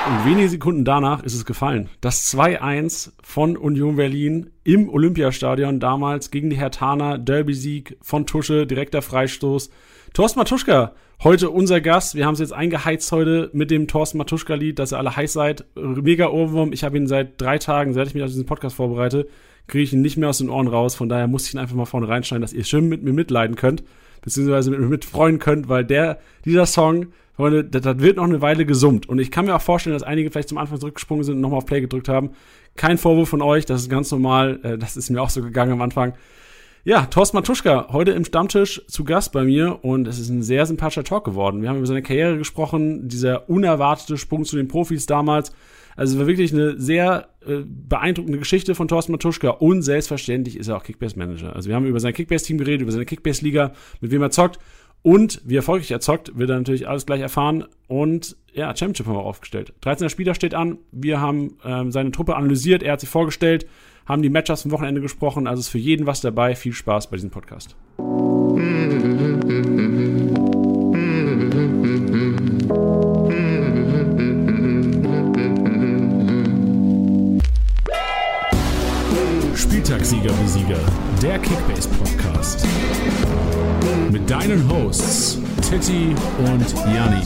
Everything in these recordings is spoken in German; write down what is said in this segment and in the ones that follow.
Und wenige Sekunden danach ist es gefallen. Das 2-1 von Union Berlin im Olympiastadion damals gegen die Herthaner. Derby-Sieg von Tusche, direkter Freistoß. Thorsten Matuschka, heute unser Gast. Wir haben es jetzt eingeheizt heute mit dem Thorsten Matuschka-Lied, dass ihr alle heiß seid. Mega Ohrwurm. Ich habe ihn seit 3 Tagen, seit ich mich auf diesen Podcast vorbereite, kriege ich ihn nicht mehr aus den Ohren raus. Von daher muss ich ihn einfach mal vorne reinschneiden, dass ihr schön mit mir mitleiden könnt, beziehungsweise mit mir mitfreuen könnt, weil dieser Song, Freunde, das wird noch eine Weile gesummt. Und ich kann mir auch vorstellen, dass einige vielleicht zum Anfang zurückgesprungen sind und nochmal auf Play gedrückt haben. Kein Vorwurf von euch, das ist ganz normal. Das ist mir auch so gegangen am Anfang. Ja, Thorsten Matuschka, heute im Stammtisch zu Gast bei mir. Und es ist ein sehr sympathischer Talk geworden. Wir haben über seine Karriere gesprochen, dieser unerwartete Sprung zu den Profis damals. Also es war wirklich eine sehr beeindruckende Geschichte von Thorsten Matuschka. Und selbstverständlich ist er auch Kickbase-Manager. Also wir haben über sein Kickbase-Team geredet, über seine Kickbase-Liga, mit wem er zockt. Und wie erfolgreich er zockt, wird er natürlich alles gleich erfahren. Und ja, Championship haben wir aufgestellt. 13. Spieler steht an. Wir haben seine Truppe analysiert. Er hat sie vorgestellt, haben die Matchups vom Wochenende gesprochen. Also ist für jeden was dabei. Viel Spaß bei diesem Podcast. Spieltagssieger Besieger, der Kickbase-Podcast. Mit deinen Hosts Titti und Janni.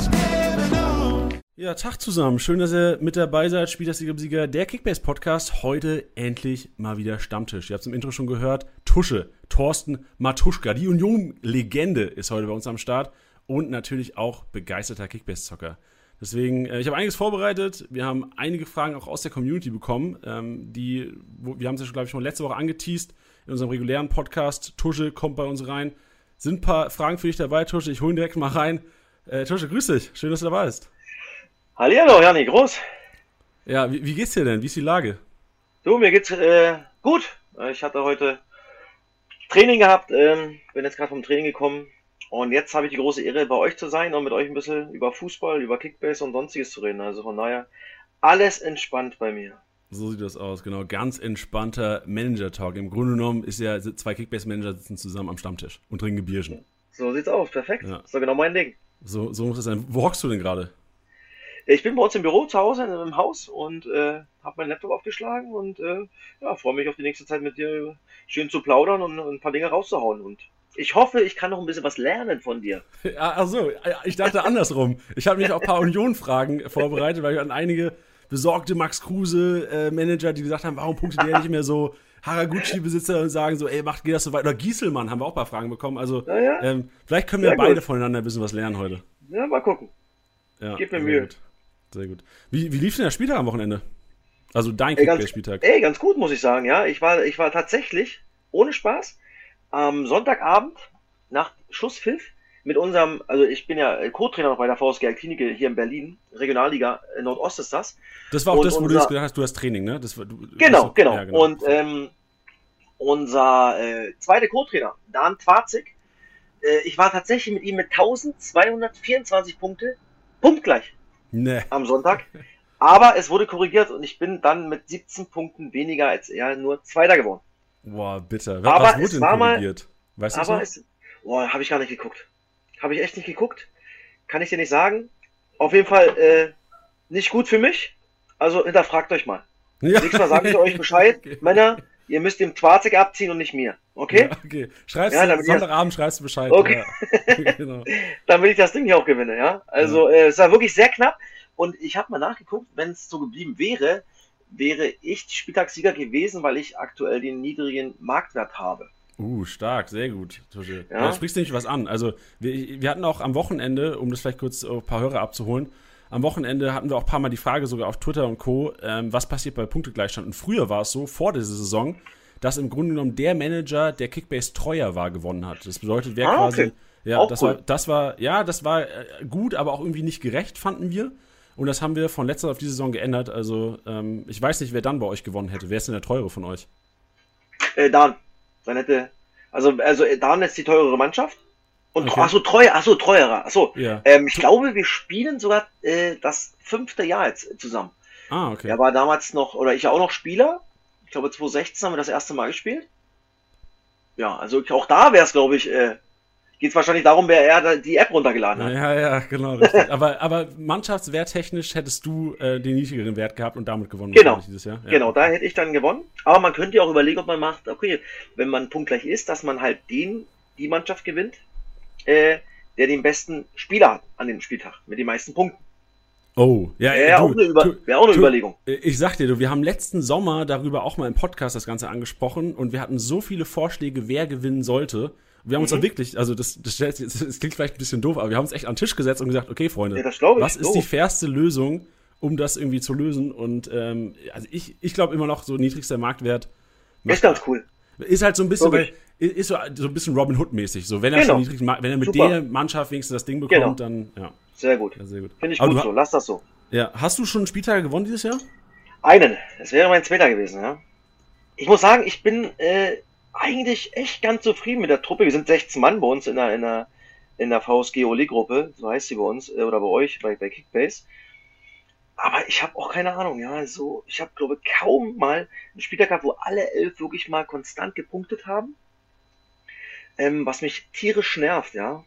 Ja, Tag zusammen. Schön, dass ihr mit dabei seid. Spieltagssieger Besieger, der Kickbase-Podcast. Heute endlich mal wieder Stammtisch. Ihr habt es im Intro schon gehört. Tusche, Thorsten Matuschka, die Union-Legende ist heute bei uns am Start. Und natürlich auch begeisterter Kickbase-Zocker. Deswegen, ich habe einiges vorbereitet. Wir haben einige Fragen auch aus der Community bekommen. Wir haben es ja schon, glaube ich, schon letzte Woche angeteast in unserem regulären Podcast. Tusche kommt bei uns rein. Sind ein paar Fragen für dich dabei, Tusche. Ich hole ihn direkt mal rein. Tusche, grüß dich. Schön, dass du dabei bist. Hallihallo, Janni, groß. Ja, wie geht's dir denn? Wie ist die Lage? Du, mir geht's gut. Ich hatte heute Training gehabt, bin jetzt gerade vom Training gekommen. Und jetzt habe ich die große Ehre, bei euch zu sein und mit euch ein bisschen über Fußball, über Kickbase und Sonstiges zu reden. Also von daher, alles entspannt bei mir. So sieht das aus, genau. Ganz entspannter Manager-Talk. Im Grunde genommen ist ja 2 Kickbase-Manager sitzen zusammen am Stammtisch und trinken Bierchen. So sieht's aus, perfekt. Ja. Das ist doch genau mein Ding. So muss das sein. Wo hockst du denn gerade? Ich bin bei uns im Büro zu Hause, im Haus und habe meinen Laptop aufgeschlagen und freue mich auf die nächste Zeit mit dir schön zu plaudern und ein paar Dinge rauszuhauen. Und ich hoffe, ich kann noch ein bisschen was lernen von dir. Achso, ich dachte andersrum. Ich habe mich auch ein paar Union-Fragen vorbereitet, weil wir hatten einige besorgte Max Kruse-Manager, die gesagt haben, warum punktet der nicht mehr so? Haraguchi-Besitzer und sagen so, geht das so weit? Oder Gieselmann haben wir auch ein paar Fragen bekommen. Also vielleicht können wir beide voneinander ein bisschen was lernen heute. Ja, mal gucken. Ja, gib mir Mühe. Gut. Sehr gut. Wie lief denn der Spieltag am Wochenende? Also dein Kickbase-Spieltag. Ganz gut, muss ich sagen, ja. Ich war tatsächlich, ohne Spaß, am Sonntagabend nach Schlusspfiff mit unserem, also ich bin ja Co-Trainer noch bei der VSG Klinik hier in Berlin, Regionalliga Nordost ist das. Das war auch wo du jetzt gesagt hast, du hast Training, ne? Genau. Ja, genau. Und unser zweiter Co-Trainer, Dan Twarzig, ich war tatsächlich mit ihm mit 1224 Punkte, punktgleich am Sonntag. Aber es wurde korrigiert und ich bin dann mit 17 Punkten weniger als er nur Zweiter geworden. Boah, bitter. Was wurde denn korrigiert? Weißt du das? Habe ich gar nicht geguckt. Habe ich echt nicht geguckt. Kann ich dir nicht sagen. Auf jeden Fall nicht gut für mich. Also hinterfragt euch mal. Ja. Nächstes Mal sage ich euch Bescheid. Okay. Männer, ihr müsst dem Twarzig abziehen und nicht mir. Okay? Ja, okay. Sonntagabend schreibst du Bescheid. Okay. Ja. Genau. Damit ich das Ding hier auch gewinne, ja. Also es war wirklich sehr knapp. Und ich habe mal nachgeguckt, wenn es so geblieben wäre, wäre ich Spieltagssieger gewesen, weil ich aktuell den niedrigen Marktwert habe. Stark, sehr gut. Ja? Da sprichst du nämlich was an. Also wir hatten auch am Wochenende, um das vielleicht kurz ein paar Hörer abzuholen, am Wochenende hatten wir auch ein paar Mal die Frage sogar auf Twitter und Co., was passiert bei Punktegleichstand. Und früher war es so, vor dieser Saison, dass im Grunde genommen der Manager, der Kickbase treuer war, gewonnen hat. Das bedeutet, wer quasi... Okay. Ja, das war gut, aber auch irgendwie nicht gerecht, fanden wir. Und das haben wir von letzter auf diese Saison geändert. Also, ich weiß nicht, wer dann bei euch gewonnen hätte. Wer ist denn der Teure von euch? Dan. Dann hätte. Also Dan ist die teurere Mannschaft. Und okay. Treuerer. Ja. Ich glaube, wir spielen sogar das 5. Jahr jetzt zusammen. Okay. Er war damals noch, oder ich auch noch Spieler. Ich glaube, 2016 haben wir das erste Mal gespielt. Ja, also auch da wäre es, glaube ich, geht es wahrscheinlich darum, wer er die App runtergeladen hat. Ja, genau, richtig. aber mannschaftswerttechnisch hättest du den niedrigeren Wert gehabt und damit gewonnen. Genau, dieses Jahr. Ja. genau, da hätte ich dann gewonnen. Aber man könnte ja auch überlegen, ob man macht, okay, wenn man punktgleich ist, dass man halt die Mannschaft gewinnt, der den besten Spieler hat an dem Spieltag, mit den meisten Punkten. Oh, ja, wäre auch eine Überlegung. Ich sag dir, wir haben letzten Sommer darüber auch mal im Podcast das Ganze angesprochen und wir hatten so viele Vorschläge, wer gewinnen sollte. Wir haben uns auch wirklich, also das klingt vielleicht ein bisschen doof, aber wir haben uns echt an den Tisch gesetzt und gesagt, okay, Freunde, was ist die fairste Lösung, um das irgendwie zu lösen? Und also ich glaube immer noch, so niedrigster Marktwert ist ganz cool. Ist halt so ein bisschen, ist so ein bisschen Robin Hood-mäßig. So, wenn er schon niedrig, wenn er mit der Mannschaft wenigstens das Ding bekommt, dann ja. Sehr gut. Ja, sehr gut. Finde ich gut so. Lass das so. Ja. Hast du schon Spieltage gewonnen dieses Jahr? Einen. Das wäre mein zweiter gewesen, ja. Ich muss sagen, ich bin eigentlich echt ganz zufrieden mit der Truppe. Wir sind 16 Mann bei uns in der VSG Ole-Gruppe, so heißt sie bei uns, oder bei euch, bei Kickbase. Aber ich habe auch keine Ahnung, ja, so, ich habe, glaube ich, kaum mal einen Spieltag gehabt, wo alle 11 wirklich mal konstant gepunktet haben. Was mich tierisch nervt, ja.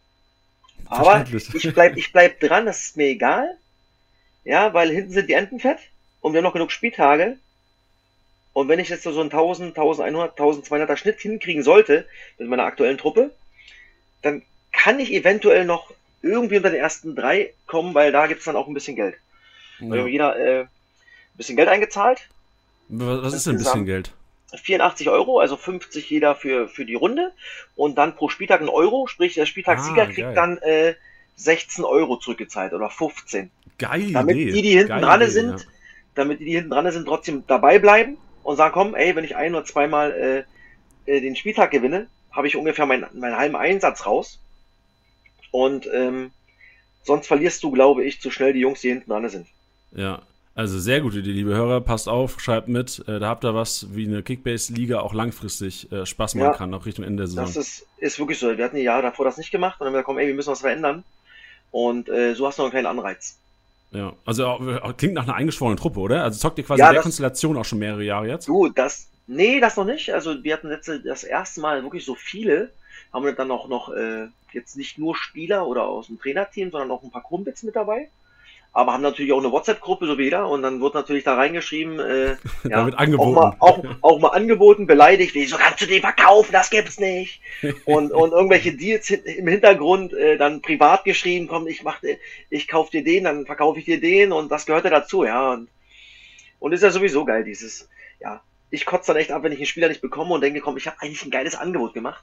Aber ich bleib dran, das ist mir egal. Ja, weil hinten sind die Enten fett und wir haben noch genug Spieltage. Und wenn ich jetzt so einen 1000, 1100, 1200er Schnitt hinkriegen sollte mit meiner aktuellen Truppe, dann kann ich eventuell noch irgendwie unter den ersten 3 kommen, weil da gibt's dann auch ein bisschen Geld. Ja. Wir haben jeder ein bisschen Geld eingezahlt. Was ist denn ein bisschen Geld? 84 Euro, also 50 jeder für die Runde und dann pro Spieltag 1 Euro, sprich der Spieltagssieger kriegt dann 16 Euro zurückgezahlt oder 15. Geil. Damit die hinten dran sind, trotzdem dabei bleiben und sagen, komm, ey, wenn ich ein- oder zweimal den Spieltag gewinne, habe ich ungefähr meinen halben Einsatz raus und sonst verlierst du, glaube ich, zu schnell die Jungs, die hinten dran sind. Ja. Also sehr gute Idee, liebe Hörer, passt auf, schreibt mit, da habt ihr was, wie eine Kickbase-Liga auch langfristig Spaß machen kann, auch Richtung Ende der Saison. Das ist wirklich so, wir hatten die Jahre davor das nicht gemacht und dann haben wir gesagt, komm, ey, wir müssen was verändern und so hast du noch einen kleinen Anreiz. Ja, also klingt nach einer eingeschworenen Truppe, oder? Also zockt ihr quasi in der Konstellation auch schon mehrere Jahre jetzt? Das noch nicht, also wir hatten das erste Mal wirklich so viele, haben wir dann auch noch jetzt nicht nur Spieler oder aus dem Trainerteam, sondern auch ein paar Kumpels mit dabei. Aber haben natürlich auch eine WhatsApp-Gruppe, so wie jeder, und dann wird natürlich da reingeschrieben, angeboten. Auch mal angeboten, beleidigt, wieso kannst du den verkaufen, das gibt's nicht. und irgendwelche Deals im Hintergrund, dann privat geschrieben, komm, ich kauf dir den, dann verkaufe ich dir den, und das gehört ja dazu, ja. Und ist ja sowieso geil, ich kotze dann echt ab, wenn ich einen Spieler nicht bekomme und denke, komm, ich habe eigentlich ein geiles Angebot gemacht.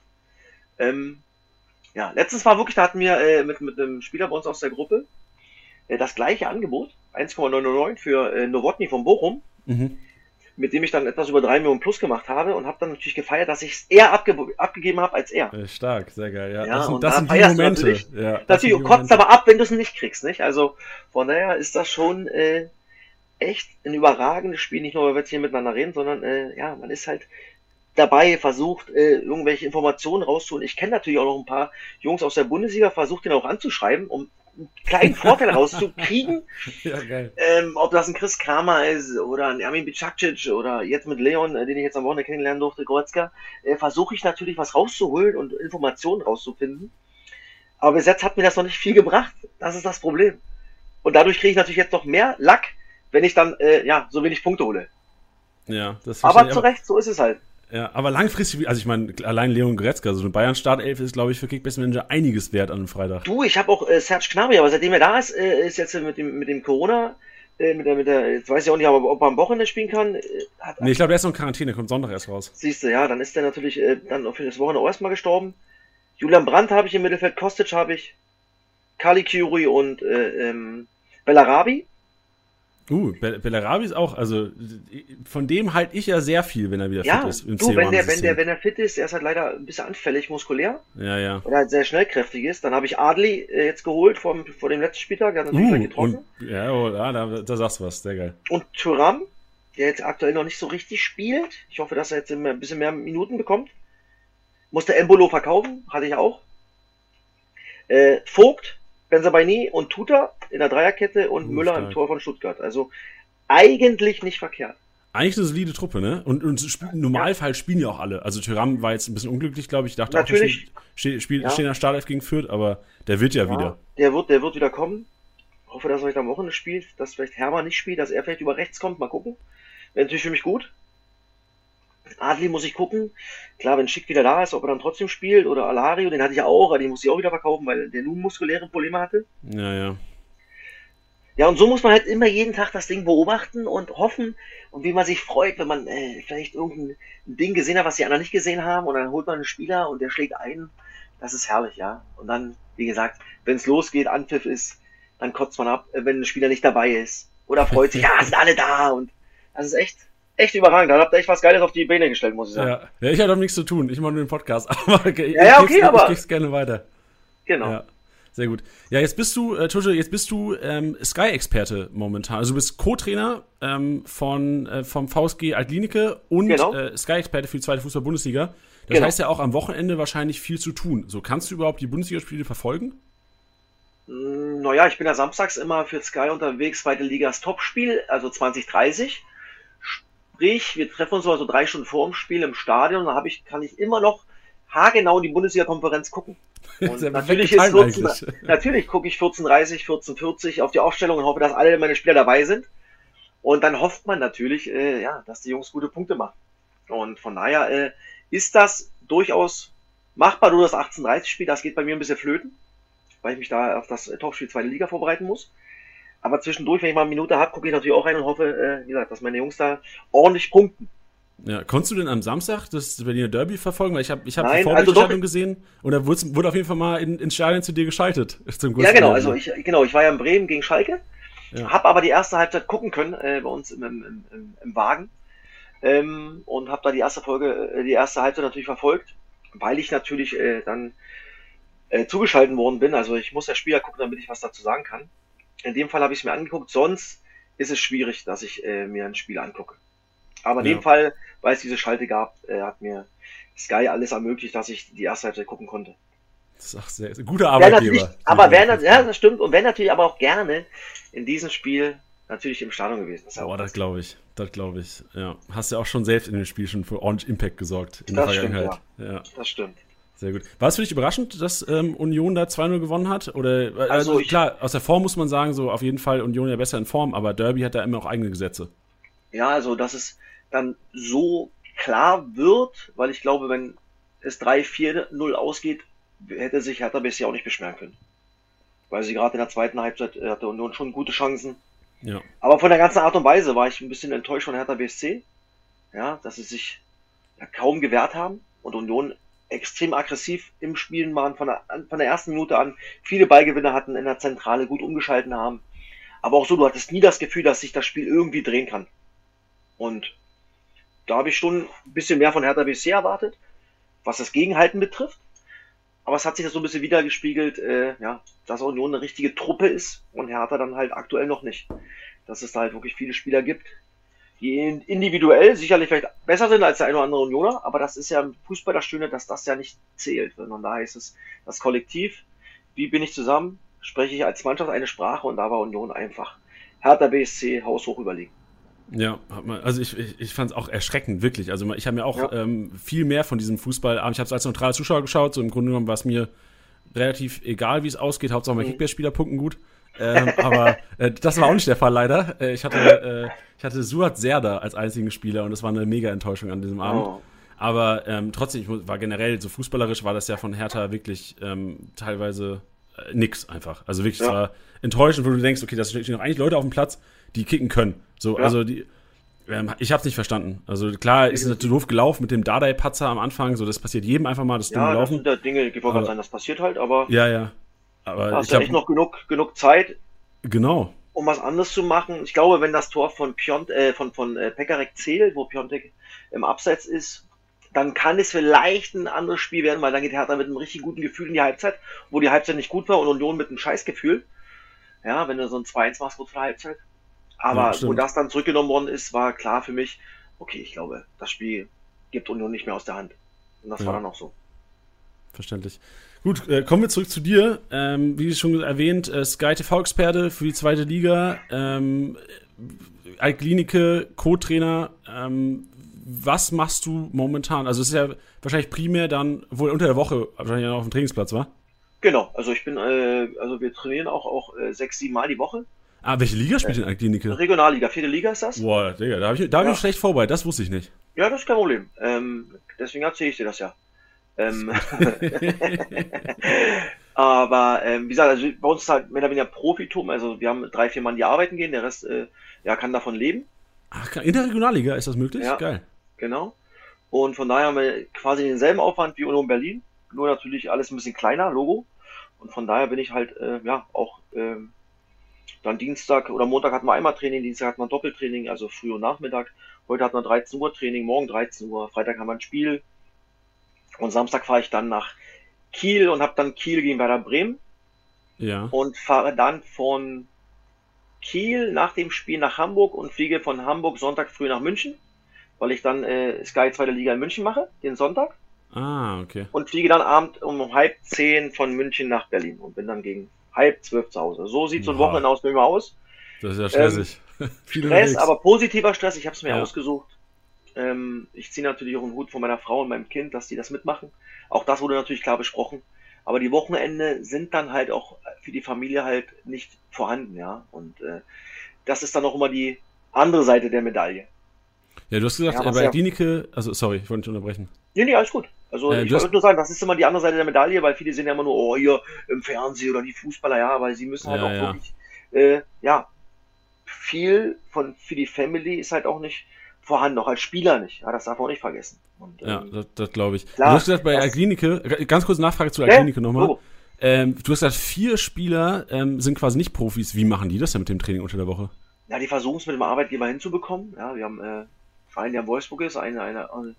Letztens war wirklich, da hatten wir mit einem Spieler bei uns aus der Gruppe, das gleiche Angebot, 1,999 für Nowotny von Bochum, mit dem ich dann etwas über 3 Millionen plus gemacht habe und habe dann natürlich gefeiert, dass ich es eher abgegeben habe als er. Stark, sehr geil, ja. Das sind die Momente. Natürlich kotzt aber ab, wenn du es nicht kriegst, nicht? Also von daher ist das schon echt ein überragendes Spiel, nicht nur, weil wir jetzt hier miteinander reden, sondern man ist halt dabei, versucht, irgendwelche Informationen rauszuholen. Ich kenne natürlich auch noch ein paar Jungs aus der Bundesliga, versucht den auch anzuschreiben, um einen kleinen Vorteil rauszukriegen. Ja, geil. Ob das ein Chris Kramer ist oder ein Ermin Bicacic oder jetzt mit Leon, den ich jetzt am Wochenende kennenlernen durfte, Goretzka, versuche ich natürlich was rauszuholen und Informationen rauszufinden. Aber bis jetzt hat mir das noch nicht viel gebracht. Das ist das Problem. Und dadurch kriege ich natürlich jetzt noch mehr Lack, wenn ich dann so wenig Punkte hole. Ja, das aber zu Recht, so ist es halt. Ja, aber langfristig, also ich meine, allein Leon Goretzka, also eine Bayern-Startelf ist, glaube ich, für Kickbase Manager einiges wert an einem Freitag. Du, ich habe auch Serge Gnabry, aber seitdem er da ist, ist jetzt mit dem Corona, jetzt weiß ich auch nicht, ob er am Wochenende spielen kann. Ich glaube, der ist noch in Quarantäne, kommt Sonntag erst raus. Siehst du, ja, dann ist der natürlich dann für das Wochenende auch erstmal gestorben. Julian Brandt habe ich im Mittelfeld, Kostic habe ich, Caligiuri und Bellarabi. Bellarabi ist auch, also von dem halte ich ja sehr viel, wenn er wieder fit ist. Wenn er fit ist, er ist halt leider ein bisschen anfällig muskulär. Ja. Weil er halt sehr schnellkräftig ist. Dann habe ich Adli jetzt geholt vor dem letzten Spieltag, der hat natürlich gleich getroffen. Da sagst du was, sehr geil. Und Thuram, der jetzt aktuell noch nicht so richtig spielt. Ich hoffe, dass er jetzt ein bisschen mehr Minuten bekommt. Musste Embolo verkaufen, hatte ich auch. Vogt, Benzabaini und Tuta in der Dreierkette und Müller im Tor von Stuttgart. Also eigentlich nicht verkehrt. Eigentlich eine solide Truppe, ne? Und im Normalfall spielen ja auch alle. Also Thuram war jetzt ein bisschen unglücklich, glaube ich. Ich dachte Natürlich. auch, steht in der Startelf gegen Fürth, aber der wird ja wieder. Der wird wieder kommen. Hoffe, dass er vielleicht am Wochenende spielt, dass vielleicht Hermann nicht spielt, dass er vielleicht über rechts kommt. Mal gucken. Wäre natürlich für mich gut. Adli muss ich gucken. Klar, wenn Schick wieder da ist, ob er dann trotzdem spielt. Oder Alario, den hatte ich auch, aber den muss ich auch wieder verkaufen, weil der nun muskuläre Probleme hatte. Ja. Ja, und so muss man halt immer jeden Tag das Ding beobachten und hoffen und wie man sich freut, wenn man vielleicht irgendein Ding gesehen hat, was die anderen nicht gesehen haben und dann holt man einen Spieler und der schlägt ein. Das ist herrlich, ja. Und dann, wie gesagt, wenn es losgeht, Anpfiff ist, dann kotzt man ab, wenn ein Spieler nicht dabei ist. Oder freut sich, ja, sind alle da und das ist echt überragend. Da habt ihr echt was Geiles auf die Beine gestellt, muss ich sagen. Ja, ich habe doch nichts zu tun. Ich mache nur den Podcast. Aber ich gebe gerne weiter. Genau. Ja. Sehr gut. Ja, jetzt bist du, Tusche, Sky-Experte momentan. Also du bist Co-Trainer vom VSG Altlinike und Sky-Experte für die zweite Fußball-Bundesliga. Das heißt ja auch am Wochenende wahrscheinlich viel zu tun. So, kannst du überhaupt die Bundesligaspiele verfolgen? Naja, ich bin ja samstags immer für Sky unterwegs, zweite Ligas Topspiel, also 20:30. Sprich, wir treffen uns also 3 Stunden vor dem Spiel im Stadion, da kann ich immer noch haargenau die Bundesliga-Konferenz gucken. Und natürlich gucke ich 14:30, 14:40 auf die Aufstellung und hoffe, dass alle meine Spieler dabei sind. Und dann hofft man natürlich, dass die Jungs gute Punkte machen. Und von daher ist das durchaus machbar. Nur das 18:30-Spiel, das geht bei mir ein bisschen flöten, weil ich mich da auf das Topspiel zweite Liga vorbereiten muss. Aber zwischendurch, wenn ich mal eine Minute habe, gucke ich natürlich auch rein und hoffe, wie gesagt, dass meine Jungs da ordentlich punkten. Ja, konntest du denn am Samstag das Berliner Derby verfolgen? Weil ich hab die Vorberichterstattung gesehen und da wurde auf jeden Fall mal ins Stadion zu dir geschaltet. Ja, genau. Also ich war ja in Bremen gegen Schalke, habe aber die erste Halbzeit gucken können bei uns im Wagen und habe da die erste Halbzeit natürlich verfolgt, weil ich natürlich dann zugeschaltet worden bin. Also ich muss das Spiel ja gucken, damit ich was dazu sagen kann. In dem Fall habe ich es mir angeguckt. Sonst ist es schwierig, dass ich mir ein Spiel angucke. Aber in dem Fall, weil es diese Schalte gab, hat mir Sky alles ermöglicht, dass ich die erste Halbzeit gucken konnte. Das ist auch sehr guter Arbeitgeber. Das stimmt. Und wenn natürlich aber auch gerne in diesem Spiel natürlich im Stadion gewesen. Das glaube ich. Ja. Hast ja auch schon selbst in dem Spiel schon für ordentlich Impact gesorgt in der Vergangenheit. Stimmt, ja. Das stimmt. Sehr gut. War es für dich überraschend, dass Union da 2-0 gewonnen hat? Oder klar, aus der Form muss man sagen, so auf jeden Fall Union ja besser in Form, aber Derby hat da immer auch eigene Gesetze. Ja, also dass es dann so klar wird, weil ich glaube, wenn es 3-4-0 ausgeht, hätte sich Hertha BSC auch nicht beschweren können. Weil sie gerade in der zweiten Halbzeit hatte Union schon gute Chancen. Ja. Aber von der ganzen Art und Weise war ich ein bisschen enttäuscht von Hertha BSC. Ja, dass sie sich kaum gewehrt haben und Union extrem aggressiv im Spielen waren, von der ersten Minute an viele Ballgewinne hatten, in der Zentrale gut umgeschalten haben. Aber auch so, du hattest nie das Gefühl, dass sich das Spiel irgendwie drehen kann. Und da habe ich schon ein bisschen mehr von Hertha BSC erwartet, was das Gegenhalten betrifft. Aber es hat sich das so ein bisschen wiedergespiegelt, dass Union eine richtige Truppe ist und Hertha dann halt aktuell noch nicht. Dass es da halt wirklich viele Spieler gibt, die individuell sicherlich vielleicht besser sind als der eine oder andere Unioner, aber das ist ja im Fußball das Schöne, dass das ja nicht zählt, sondern da heißt es, das Kollektiv, wie bin ich zusammen, spreche ich als Mannschaft eine Sprache und da war Union einfach Hertha BSC haushoch überlegen. Ja, also ich fand es auch erschreckend, wirklich. Also ich habe mir auch viel mehr von diesem Fußball, ich habe es als neutraler Zuschauer geschaut, so im Grunde genommen war es mir relativ egal, wie es ausgeht, Hauptsache mein Kickbase-Spieler punkten gut. Aber das war auch nicht der Fall leider. Ich hatte Suat Serdar als einzigen Spieler und das war eine mega Enttäuschung an diesem Abend. Oh. Aber trotzdem, war generell so fußballerisch war das ja von Hertha wirklich teilweise nix einfach. Also wirklich, es war enttäuschend, wo du denkst, okay, da stehen noch eigentlich Leute auf dem Platz, die kicken können. So, also ich hab's nicht verstanden. Also klar, ist es natürlich doof gelaufen mit dem Dardai-Patzer am Anfang, so das passiert jedem einfach mal, das dumm gelaufen. Ja, das sind Dinge, die wollen sein, das passiert halt, aber ja. Aber da hast du echt noch genug Zeit, genau, um was anderes zu machen. Ich glaube, wenn das Tor von Pekarek zählt, wo Piontek im Abseits ist, dann kann es vielleicht ein anderes Spiel werden, weil dann geht Hertha mit einem richtig guten Gefühl in die Halbzeit, wo die Halbzeit nicht gut war und Union mit einem Scheißgefühl. Ja, wenn du so ein 2-1 machst, kurz vor der Halbzeit. Aber wo das dann zurückgenommen worden ist, war klar für mich, okay, ich glaube, das Spiel gibt Union nicht mehr aus der Hand. Und das war dann auch so. Verständlich. Gut, kommen wir zurück zu dir. Wie schon erwähnt, Sky TV-Experte für die zweite Liga, Altlinike, Co-Trainer. Was machst du momentan? Also es ist ja wahrscheinlich primär dann wohl unter der Woche wahrscheinlich noch auf dem Trainingsplatz, wa? Genau, also also wir trainieren auch 6, 7 Mal die Woche. Ah, welche Liga spielt denn Altlinike? Regionalliga, 4. Liga ist das. Boah, Digga, da hab ich mich schlecht vorbereitet, das wusste ich nicht. Ja, das ist kein Problem. Deswegen erzähle ich dir das ja. Aber wie gesagt, also bei uns ist halt mehr oder weniger Profitum. Also wir haben 3, 4 Mann, die arbeiten gehen, der Rest kann davon leben. Ach, in der Regionalliga ist das möglich? Ja, geil. genau. Und von daher haben wir quasi denselben Aufwand wie Union Berlin, nur natürlich alles ein bisschen kleiner, Logo. Und von daher bin ich halt auch dann Dienstag oder Montag hatten wir einmal Training, Dienstag hatten wir ein Doppeltraining, also früh und Nachmittag. Heute hatten wir 13 Uhr Training, morgen 13 Uhr, Freitag haben wir ein Spiel. Und Samstag fahre ich dann nach Kiel und habe dann Kiel gegen Werder Bremen. Ja. Und fahre dann von Kiel nach dem Spiel nach Hamburg und fliege von Hamburg Sonntag früh nach München, weil ich dann Sky 2. Liga in München mache, den Sonntag. Ah, okay. Und fliege dann Abend um 9:30 von München nach Berlin und bin dann gegen 11:30 zu Hause. So sieht so ein Wochenende aus. Das ist ja stressig. Stress, aber positiver Stress. Ich habe es mir ausgesucht. Ich ziehe natürlich auch einen Hut von meiner Frau und meinem Kind, dass die das mitmachen. Auch das wurde natürlich klar besprochen. Aber die Wochenende sind dann halt auch für die Familie halt nicht vorhanden, ja. Und das ist dann auch immer die andere Seite der Medaille. Ja, du hast gesagt, bei der Klinike, also sorry, ich wollte nicht unterbrechen. Nee, alles gut. Also ich wollte nur sagen, das ist immer die andere Seite der Medaille, weil viele sehen ja immer nur, oh, hier im Fernsehen oder die Fußballer, ja, aber sie müssen halt auch wirklich, viel für die Family ist halt auch nicht vorhanden, auch als Spieler nicht. Ja, das darf man auch nicht vergessen. Und, das glaube ich. Klar, du hast gesagt, bei Alklinike, ganz kurz Nachfrage zu Alklinike nochmal. Du hast gesagt, 4 Spieler sind quasi nicht Profis. Wie machen die das denn mit dem Training unter der Woche? Ja, die versuchen es mit dem Arbeitgeber hinzubekommen. Ja, wir haben einen Verein, der in Wolfsburg ist, einen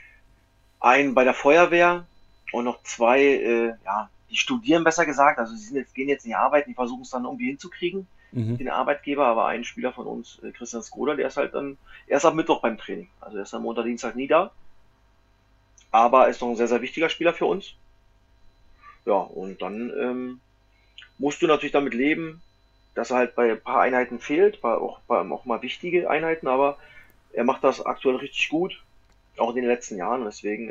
bei der Feuerwehr und noch 2, die studieren besser gesagt, also sie gehen jetzt nicht arbeiten, die versuchen es dann irgendwie hinzukriegen, den Arbeitgeber, aber ein Spieler von uns, Christian Skoda, der ist halt dann erst ab Mittwoch beim Training, also er ist am Montag, Dienstag nie da, aber ist noch ein sehr, sehr wichtiger Spieler für uns. Ja, und dann musst du natürlich damit leben, dass er halt bei ein paar Einheiten fehlt, auch mal wichtige Einheiten, aber er macht das aktuell richtig gut, auch in den letzten Jahren. Deswegen,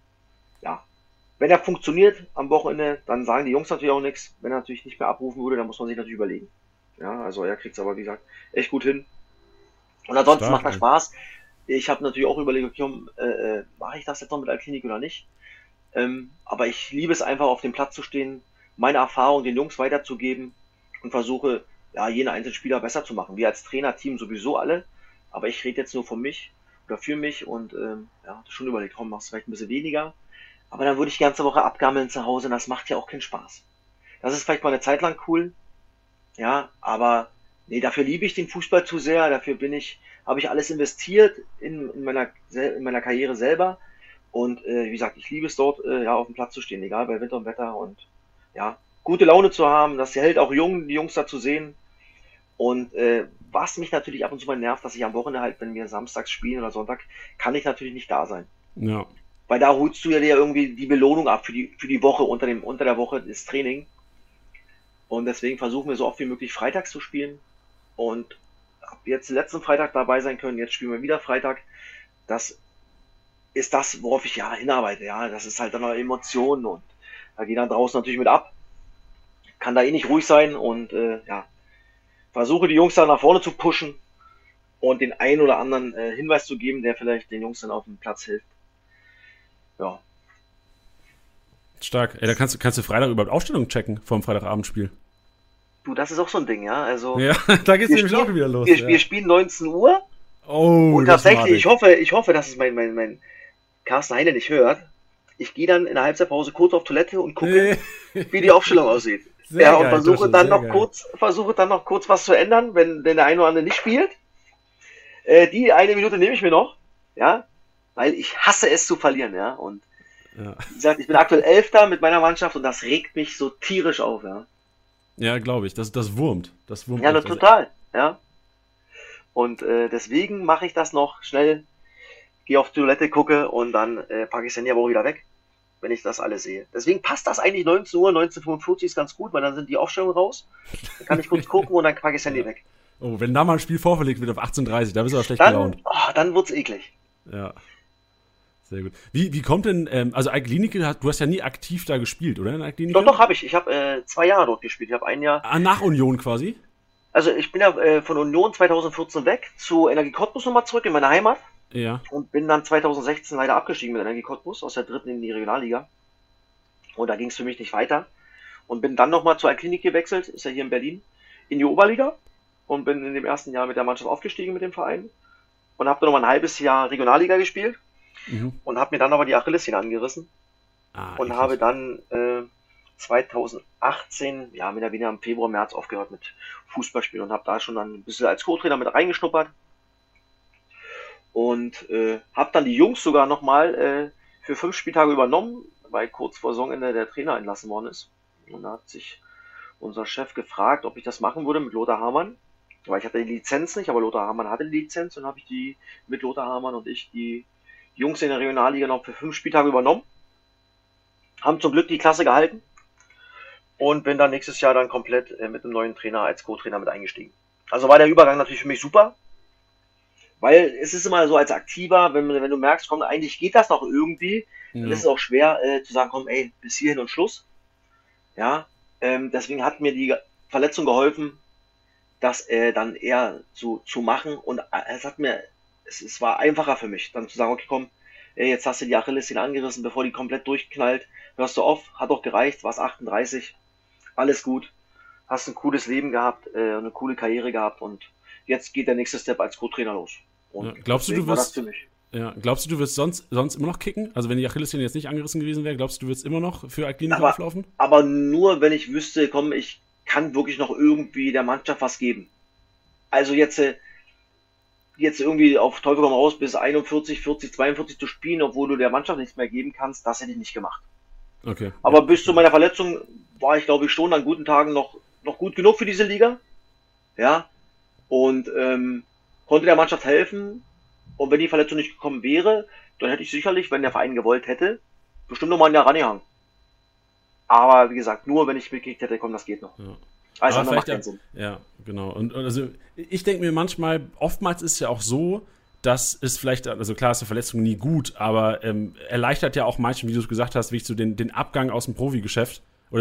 wenn er funktioniert am Wochenende, dann sagen die Jungs natürlich auch nichts. Wenn er natürlich nicht mehr abrufen würde, dann muss man sich natürlich überlegen. Ja, also er kriegt es aber, wie gesagt, echt gut hin. Und ansonsten macht er Spaß. Ich habe natürlich auch überlegt, okay, mache ich das jetzt noch mit Altklinik oder nicht? Aber ich liebe es einfach, auf dem Platz zu stehen, meine Erfahrung den Jungs weiterzugeben und versuche, jeden einzelnen Spieler besser zu machen. Wir als Trainerteam sowieso alle, aber ich rede jetzt nur von mich oder für mich und schon überlegt, komm, machst du vielleicht ein bisschen weniger. Aber dann würde ich die ganze Woche abgammeln zu Hause und das macht ja auch keinen Spaß. Das ist vielleicht mal eine Zeit lang cool, ja, aber nee, dafür liebe ich den Fußball zu sehr, habe ich alles investiert in meiner Karriere selber und wie gesagt, ich liebe es dort, auf dem Platz zu stehen, egal bei Wind und Wetter und gute Laune zu haben, das hält auch jung, die Jungs da zu sehen und was mich natürlich ab und zu mal nervt, dass ich am Wochenende halt, wenn wir samstags spielen oder Sonntag, kann ich natürlich nicht da sein. Ja. Weil da holst du ja dir irgendwie die Belohnung ab für die Woche, unter der Woche das Training. Und deswegen versuchen wir so oft wie möglich freitags zu spielen. Und ab jetzt letzten Freitag dabei sein können, jetzt spielen wir wieder Freitag. Das ist das, worauf ich hinarbeite. Ja, das ist halt dann noch Emotionen und da geht dann draußen natürlich mit ab. Kann da nicht ruhig sein und versuche die Jungs da nach vorne zu pushen und den einen oder anderen Hinweis zu geben, der vielleicht den Jungs dann auf dem Platz hilft. Ja. Stark. Ey, da kannst du Freitag überhaupt Aufstellung checken vom Freitagabendspiel. Du, das ist auch so ein Ding, ja. Also, ja, da geht's nämlich auch wieder los. Wir spielen 19 Uhr. Oh, und tatsächlich, ich hoffe, dass es mein Carsten Heine nicht hört. Ich gehe dann in der Halbzeitpause kurz auf Toilette und gucke, wie die Aufstellung aussieht. Sehr und versuche dann noch kurz was zu ändern, wenn der eine oder andere nicht spielt. Die eine Minute nehme ich mir noch, ja, weil ich hasse es zu verlieren, ja. Und wie gesagt, ich bin aktuell 11. mit meiner Mannschaft und das regt mich so tierisch auf, ja. Ja, glaube ich. Das wurmt. Das wurmt. Ja, total, ja. Und deswegen mache ich das noch schnell, gehe auf die Toilette, gucke und dann packe ich es Handy aber auch wieder weg. wenn ich das alles sehe. Deswegen passt das eigentlich 19 Uhr, 19:45 ist ganz gut, weil dann sind die Aufstellungen raus. Dann kann ich kurz gucken und dann packe ich das Handy weg. Oh, wenn da mal ein Spiel vorverlegt wird auf 18:30, da bist du aber schlecht Dann, gelaunt. dann wird's eklig. Ja. Sehr gut. Wie kommt denn, also Altklinike, du hast ja nie aktiv da gespielt, oder? In Altklinike? Doch, habe ich. Ich habe 2 Jahre dort gespielt. Ich habe ein Jahr. Nach Union quasi? Also ich bin ja von Union 2014 weg zu Energie Cottbus nochmal zurück in meine Heimat. Ja. Und bin dann 2016 leider abgestiegen mit Energie Cottbus aus der 3. in die Regionalliga. Und da ging es für mich nicht weiter. Und bin dann nochmal zur Altklinik gewechselt, ist ja hier in Berlin, in die Oberliga. Und bin in dem ersten Jahr mit der Mannschaft aufgestiegen mit dem Verein. Und habe dann nochmal ein halbes Jahr Regionalliga gespielt. Und habe mir dann aber die Achillessehne angerissen. Und habe dann 2018, ja, mehr oder weniger im Februar, März aufgehört mit Fußballspielen und habe da schon dann ein bisschen als Co-Trainer mit reingeschnuppert. Und habe dann die Jungs sogar nochmal für 5 Spieltage übernommen, weil kurz vor Saisonende der Trainer entlassen worden ist. Und da hat sich unser Chef gefragt, ob ich das machen würde mit Lothar Hamann. Weil ich hatte die Lizenz nicht, aber Lothar Hamann hatte die Lizenz und habe ich die mit Lothar Hamann und ich die Jungs in der Regionalliga noch für 5 Spieltage übernommen. Haben zum Glück die Klasse gehalten. Und bin dann nächstes Jahr dann komplett mit einem neuen Trainer als Co-Trainer mit eingestiegen. Also war der Übergang natürlich für mich super. Weil es ist immer so als Aktiver, wenn du merkst, komm, eigentlich geht das noch irgendwie, dann ist es auch schwer zu sagen, komm, ey, bis hierhin und Schluss. Ja, deswegen hat mir die Verletzung geholfen, das dann eher zu machen. Und es war einfacher für mich, dann zu sagen, okay, komm, ey, jetzt hast du die Achillessehne angerissen, bevor die komplett durchknallt, hörst du auf, hat doch gereicht, warst 38, alles gut, hast ein cooles Leben gehabt, eine coole Karriere gehabt und jetzt geht der nächste Step als Co-Trainer los. Und ja, glaubst du, du wirst sonst immer noch kicken? Also wenn die Achillessehne jetzt nicht angerissen gewesen wäre, glaubst du, du wirst immer noch für Altklinike auflaufen? Aber nur, wenn ich wüsste, komm, ich kann wirklich noch irgendwie der Mannschaft was geben. Also jetzt irgendwie auf Teufel komm raus bis 41, 40, 42 zu spielen, obwohl du der Mannschaft nichts mehr geben kannst, das hätte ich nicht gemacht. Okay. Aber bis zu meiner Verletzung war ich, glaube ich, schon an guten Tagen noch gut genug für diese Liga. Ja. Und konnte der Mannschaft helfen. Und wenn die Verletzung nicht gekommen wäre, dann hätte ich sicherlich, wenn der Verein gewollt hätte, bestimmt noch mal ein Jahr rangehangen. Aber wie gesagt, nur wenn ich mitgekriegt hätte, komm, das geht noch. Ja. Also macht keinen Sinn. Ja, genau. Und also ich denke mir manchmal, oftmals ist es ja auch so, dass es vielleicht, also klar ist eine Verletzung nie gut, aber erleichtert ja auch manchmal, wie du es gesagt hast, wie ich so den Abgang aus dem Profigeschäft oder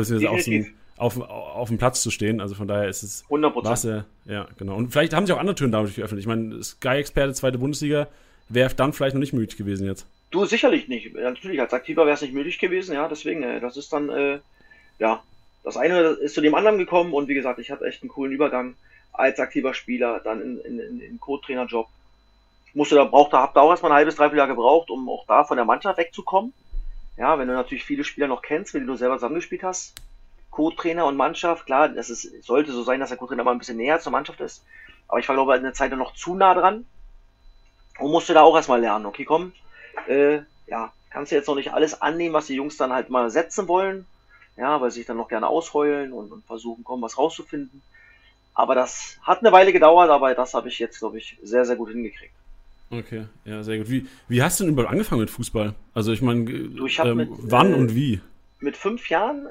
auf dem Platz zu stehen. Also von daher ist es 100%. Ja, genau. Und vielleicht haben sich auch andere Türen dadurch geöffnet. Ich meine, Sky-Experte, 2. Bundesliga, wäre dann vielleicht noch nicht möglich gewesen jetzt. Du, sicherlich nicht. Natürlich, als Aktiver wäre es nicht möglich gewesen, ja, deswegen, das ist dann, ja, das eine ist zu dem anderen gekommen und wie gesagt, ich hatte echt einen coolen Übergang als aktiver Spieler, dann in Co-Trainer-Job. Hab da auch erstmal ein halbes, dreiviertel Jahr gebraucht, um auch da von der Mannschaft wegzukommen. Ja, wenn du natürlich viele Spieler noch kennst, wenn du selber zusammengespielt hast, Co-Trainer und Mannschaft, klar, sollte so sein, dass der Co-Trainer mal ein bisschen näher zur Mannschaft ist. Aber ich war, glaube ich, in der Zeit noch zu nah dran und musste da auch erstmal lernen. Okay, komm, ja, kannst du jetzt noch nicht alles annehmen, was die Jungs dann halt mal setzen wollen. Ja, weil sie sich dann noch gerne ausheulen und versuchen, komm, was rauszufinden. Aber das hat eine Weile gedauert, aber das habe ich jetzt, glaube ich, sehr, sehr gut hingekriegt. Okay, ja, sehr gut. Wie hast du denn überhaupt angefangen mit Fußball? Also ich meine, wann und wie? Mit 5 Jahren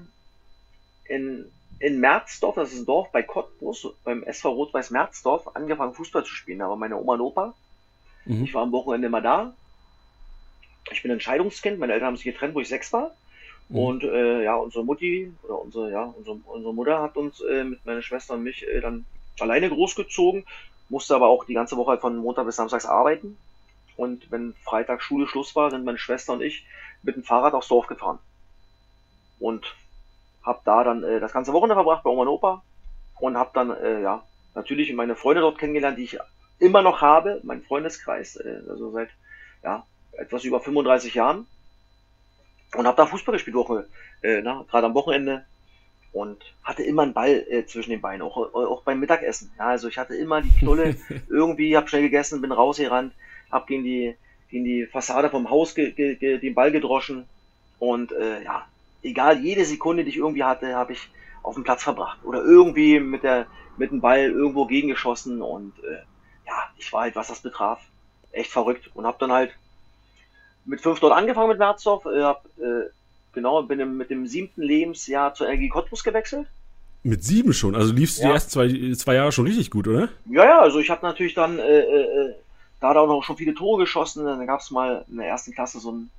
in Merzdorf, das ist ein Dorf bei Cottbus, beim SV Rot-Weiß Merzdorf, angefangen Fußball zu spielen. Da war meine Oma und Opa. Ich war am Wochenende immer da. Ich bin ein Scheidungskind, meine Eltern haben sich getrennt, wo ich 6 war. Und ja, unsere Mutti oder unsere Mutter hat uns mit meiner Schwester und mich dann alleine großgezogen, musste aber auch die ganze Woche von Montag bis Samstags arbeiten. Und wenn Freitag Schule Schluss war, sind meine Schwester und ich mit dem Fahrrad aufs Dorf gefahren. Und hab da dann das ganze Wochenende verbracht bei Oma und Opa und hab dann ja natürlich meine Freunde dort kennengelernt, die ich immer noch habe, mein Freundeskreis, also seit ja etwas über 35 Jahren. Und habe da Fußball gespielt, gerade am Wochenende. Und hatte immer einen Ball zwischen den Beinen, auch beim Mittagessen. Ja, also ich hatte immer die Knolle irgendwie, habe schnell gegessen, bin rausgerannt, habe gegen die Fassade vom Haus den Ball gedroschen. Und ja, egal, jede Sekunde, die ich irgendwie hatte, habe ich auf dem Platz verbracht. Oder irgendwie mit dem Ball irgendwo gegengeschossen. Und ja, ich war halt, was das betraf, echt verrückt. Und habe dann halt mit 5 dort angefangen mit Wertsdorf, bin mit dem 7. Lebensjahr zur Energie Cottbus gewechselt. Mit 7 schon? Also liefst du die ersten zwei Jahre schon richtig gut, oder? Ja, also ich habe natürlich dann da auch noch schon viele Tore geschossen. Dann gab es mal in der ersten Klasse so ein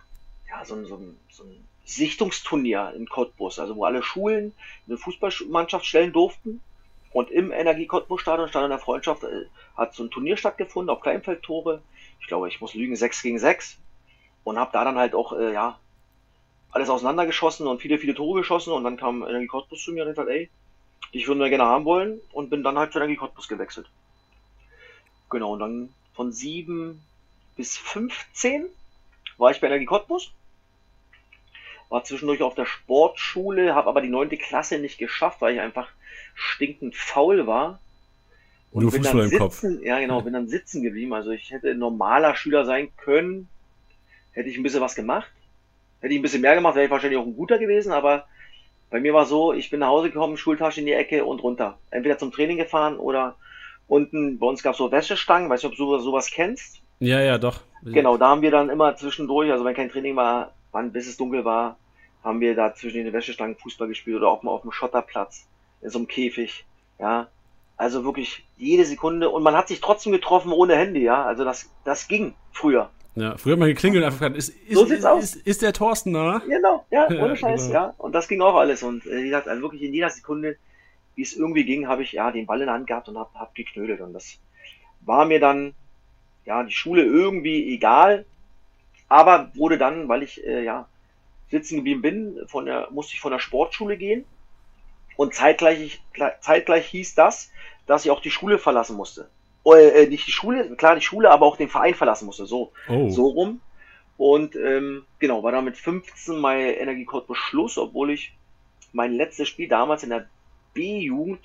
Sichtungsturnier in Cottbus, also wo alle Schulen eine Fußballmannschaft stellen durften. Und im Energie Cottbus Stadion, Stadion der Freundschaft, hat so ein Turnier stattgefunden auf Kleinfeldtore. Ich glaube, ich muss lügen, 6 gegen 6. Und habe da dann halt auch, alles auseinandergeschossen und viele, viele Tore geschossen. Und dann kam Energie Cottbus zu mir und hat gesagt, ey, ich würde mir gerne haben wollen. Und bin dann halt zu Energie Cottbus gewechselt. Genau, und dann von 7 bis 15 war ich bei Energie Cottbus. War zwischendurch auf der Sportschule, habe aber die 9. Klasse nicht geschafft, weil ich einfach stinkend faul war. Und nur bin Fußball dann im Kopf. bin dann sitzen geblieben. Also ich hätte ein normaler Schüler sein können, hätte ich ein bisschen was gemacht. Hätte ich ein bisschen mehr gemacht, wäre ich wahrscheinlich auch ein guter gewesen, aber bei mir war so, ich bin nach Hause gekommen, Schultasche in die Ecke und runter. Entweder zum Training gefahren oder unten, bei uns gab es so Wäschestangen, weiß nicht, ob du sowas kennst. Ja, doch. Genau, da haben wir dann immer zwischendurch, also wenn kein Training war, bis es dunkel war, haben wir da zwischen den Wäschestangen Fußball gespielt oder auch mal auf dem Schotterplatz, in so einem Käfig, ja. Also wirklich jede Sekunde und man hat sich trotzdem getroffen ohne Handy, ja. Also das ging früher. Ja, früher hat man geklingelt und einfach gesagt, ist der Thorsten da? Genau, ja, ohne Scheiß, genau. ja. Und das ging auch alles. Und wie gesagt, also wirklich in jeder Sekunde, wie es irgendwie ging, habe ich den Ball in der Hand gehabt und hab geknödelt. Und das war mir dann, die Schule irgendwie egal, aber wurde dann, weil ich sitzen geblieben bin, musste ich von der Sportschule gehen. Und zeitgleich hieß das, dass ich auch die Schule verlassen musste. Nicht die Schule, klar die Schule, aber auch den Verein verlassen musste. So rum. Und war dann mit 15 bei Energie Cottbus Schluss, obwohl ich mein letztes Spiel damals in der B-Jugend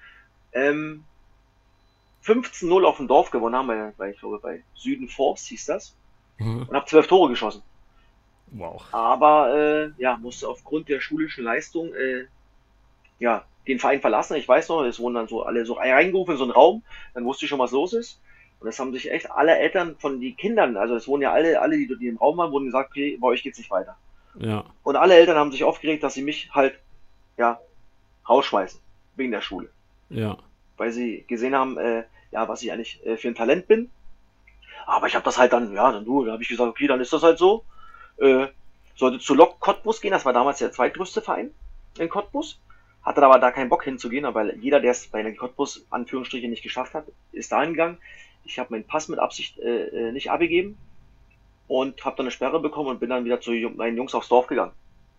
15-0 auf dem Dorf gewonnen haben, ich glaube bei Süden Forst hieß das. Und habe 12 Tore geschossen. Wow. Aber musste aufgrund der schulischen Leistung den Verein verlassen. Ich weiß noch, es wurden dann so alle so reingerufen in so einen Raum, dann wusste ich schon, was los ist. Und das haben sich echt alle Eltern von den Kindern, also es wurden ja alle, die im Raum waren, wurden gesagt, okay, bei euch geht's nicht weiter. Ja. Und alle Eltern haben sich aufgeregt, dass sie mich halt, rausschmeißen. Wegen der Schule. Ja. Weil sie gesehen haben, was ich eigentlich für ein Talent bin. Aber ich habe das halt dann habe ich gesagt, okay, dann ist das halt so. Sollte zu Lok Cottbus gehen, das war damals der zweitgrößte Verein in Cottbus. Hatte aber da keinen Bock hinzugehen, weil jeder, der es bei Energie Cottbus Anführungsstriche nicht geschafft hat, ist dahin gegangen. Ich habe meinen Pass mit Absicht nicht abgegeben und habe dann eine Sperre bekommen und bin dann wieder zu meinen Jungs aufs Dorf gegangen.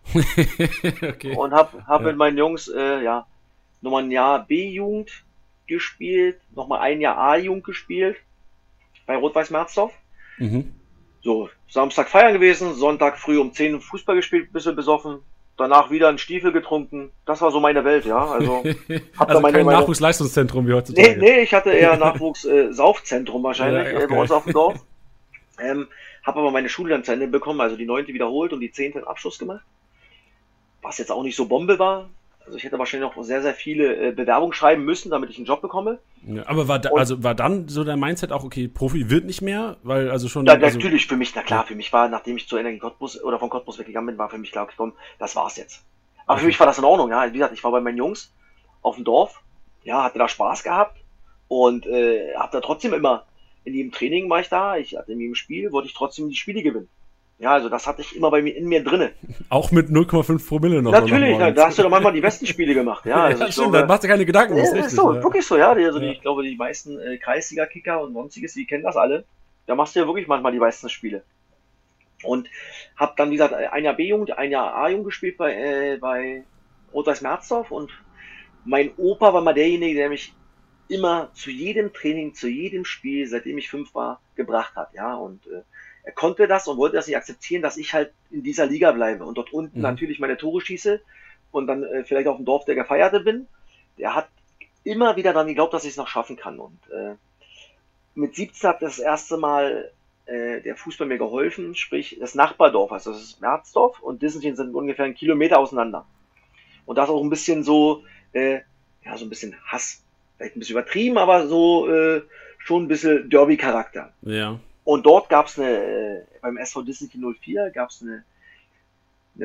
Okay. Und hab mit meinen Jungs nochmal ein Jahr B-Jugend gespielt, nochmal ein Jahr A-Jugend gespielt bei Rot-Weiß Merzdorf. Mhm. So, Samstag feiern gewesen, Sonntag früh um 10 Fußball gespielt, bisschen besoffen. Danach wieder einen Stiefel getrunken. Das war so meine Welt, ja. Also, kein Nachwuchsleistungszentrum wie heutzutage. Nee, ich hatte eher Nachwuchs-Saufzentrum wahrscheinlich, bei uns auf dem Dorf. Habe aber meine Schule dann zu Ende bekommen, also die 9. wiederholt und die 10. einen Abschluss gemacht. Was jetzt auch nicht so Bombe war. Also ich hätte wahrscheinlich noch sehr, sehr viele Bewerbungen schreiben müssen, damit ich einen Job bekomme. Ja, aber war dann so der Mindset auch, okay, Profi wird nicht mehr? Weil also schon. Ja, natürlich für mich, für mich war, nachdem ich zu Energie Cottbus oder von Cottbus weggegangen bin, war für mich klar, okay, komm, das war's jetzt. Aber für mich war das in Ordnung, ja. Wie gesagt, ich war bei meinen Jungs auf dem Dorf, hatte da Spaß gehabt und habe da trotzdem immer, in jedem Training war ich da, in jedem Spiel wollte ich trotzdem die Spiele gewinnen. Ja, also das hatte ich immer in mir drinne. Auch mit 0,5 Promille noch. Natürlich, da hast du doch manchmal die besten Spiele gemacht. Ja, also stimmt, da machst du keine Gedanken. Das ist richtig, so, wirklich so, ja. Ich glaube, die meisten Kreisliga-Kicker und sonstiges, die kennen das alle. Da machst du ja wirklich manchmal die meisten Spiele. Und hab dann, wie gesagt, ein Jahr B-Jugend, ein Jahr A-Jugend gespielt bei Rot-Weiß Merzdorf und mein Opa war mal derjenige, der mich immer zu jedem Training, zu jedem Spiel, seitdem ich 5 war, gebracht hat, ja, und er konnte das und wollte das nicht akzeptieren, dass ich halt in dieser Liga bleibe und dort unten natürlich meine Tore schieße und dann vielleicht auf dem Dorf der Gefeierte bin. Der hat immer wieder daran geglaubt, dass ich es noch schaffen kann. Und mit 17 hat das erste Mal der Fußball mir geholfen, sprich das Nachbardorf, also das ist Merzdorf und Dissenchen sind ungefähr 1 Kilometer auseinander. Und da ist auch ein bisschen so ein bisschen Hass, vielleicht ein bisschen übertrieben, aber so schon ein bisschen Derby-Charakter. Ja. Und dort gab es beim SV Dissenke 04 gab es eine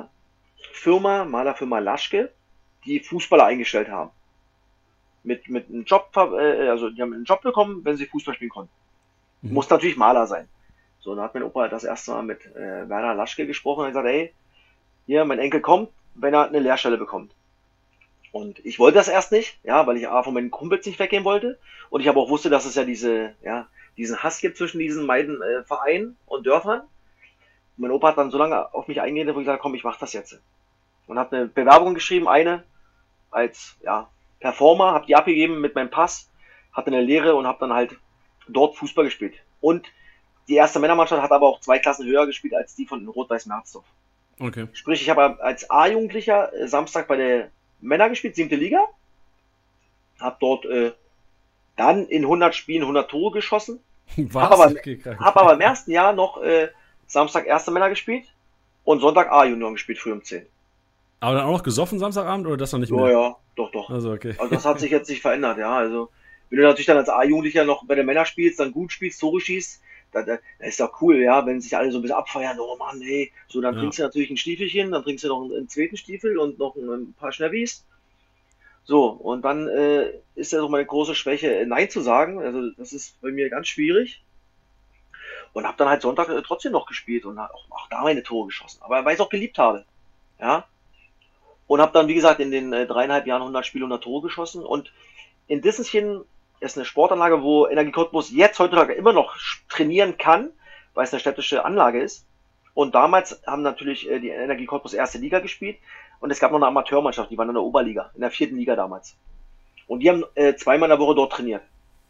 Malerfirma Laschke, die Fußballer eingestellt haben. Mit einem Job, also die haben einen Job bekommen, wenn sie Fußball spielen konnten. Muss natürlich Maler sein. So, dann hat mein Opa das erste Mal mit Werner Laschke gesprochen und hat gesagt, ey, hier, mein Enkel kommt, wenn er eine Lehrstelle bekommt. Und ich wollte das erst nicht, ja, weil ich von meinen Kumpels nicht weggehen wollte. Und ich aber auch wusste, dass es ja diesen Hass gibt zwischen diesen beiden Vereinen und Dörfern. Und mein Opa hat dann so lange auf mich eingeredet, wo ich gesagt, komm, ich mach das jetzt. Und habe eine Bewerbung geschrieben, eine als Performer, habe die abgegeben mit meinem Pass, hatte eine Lehre und habe dann halt dort Fußball gespielt. Und die erste Männermannschaft hat aber auch 2 Klassen höher gespielt als die von Rot-Weiß Merzdorf. Okay. Sprich, ich habe als A-Jugendlicher Samstag bei der Männer gespielt, 7. Liga. Habe dort dann in 100 Spielen 100 Tore geschossen. Hab aber im ersten Jahr noch Samstag erste Männer gespielt und Sonntag A-Junioren gespielt, früh um 10. Aber dann auch noch gesoffen Samstagabend oder das noch nicht mehr? Oh ja, doch. Also, okay. Also das hat sich jetzt nicht verändert, ja. Also wenn du natürlich dann als A-Jugendlicher noch bei den Männern spielst, dann gut spielst, Tore schießt, da ist doch cool, ja, wenn sich alle so ein bisschen abfeiern, oh Mann, hey, so, dann trinkst du natürlich ein Stiefelchen, dann trinkst du noch einen zweiten Stiefel und noch ein paar Schnäppis. So, und dann ist ja so meine große Schwäche, Nein zu sagen. Also das ist bei mir ganz schwierig. Und habe dann halt Sonntag trotzdem noch gespielt und auch da meine Tore geschossen. Aber weil ich es auch geliebt habe. Ja. Und habe dann, wie gesagt, in den 3,5 Jahren 100 Spiele, 100 Tore geschossen. Und in Dissenchen ist eine Sportanlage, wo Energie Cottbus jetzt heutzutage immer noch trainieren kann, weil es eine städtische Anlage ist. Und damals haben natürlich die Energie Cottbus erste Liga gespielt. Und es gab noch eine Amateurmannschaft, die waren in der Oberliga, in der 4. Liga damals. Und die haben 2-mal in der Woche dort trainiert.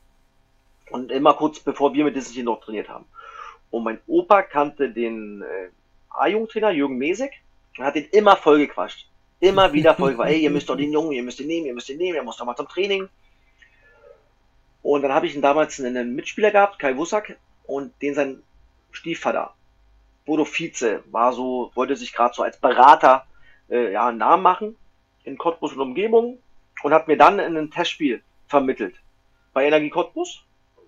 Und immer kurz bevor wir mit Dissenchen dort trainiert haben. Und mein Opa kannte den A-Jugendtrainer Jürgen Mesig und hat ihn immer vollgequatscht. Immer wieder vollgequatscht. Ey, ihr müsst doch den Jungen, ihr müsst ihn nehmen, er muss doch mal zum Training. Und dann habe ich damals einen Mitspieler gehabt, Kai Wussack, und den sein Stiefvater, Bodo Vize, wollte sich gerade so als Berater einen Namen machen in Cottbus und Umgebung und hat mir dann in ein Testspiel vermittelt bei Energie Cottbus,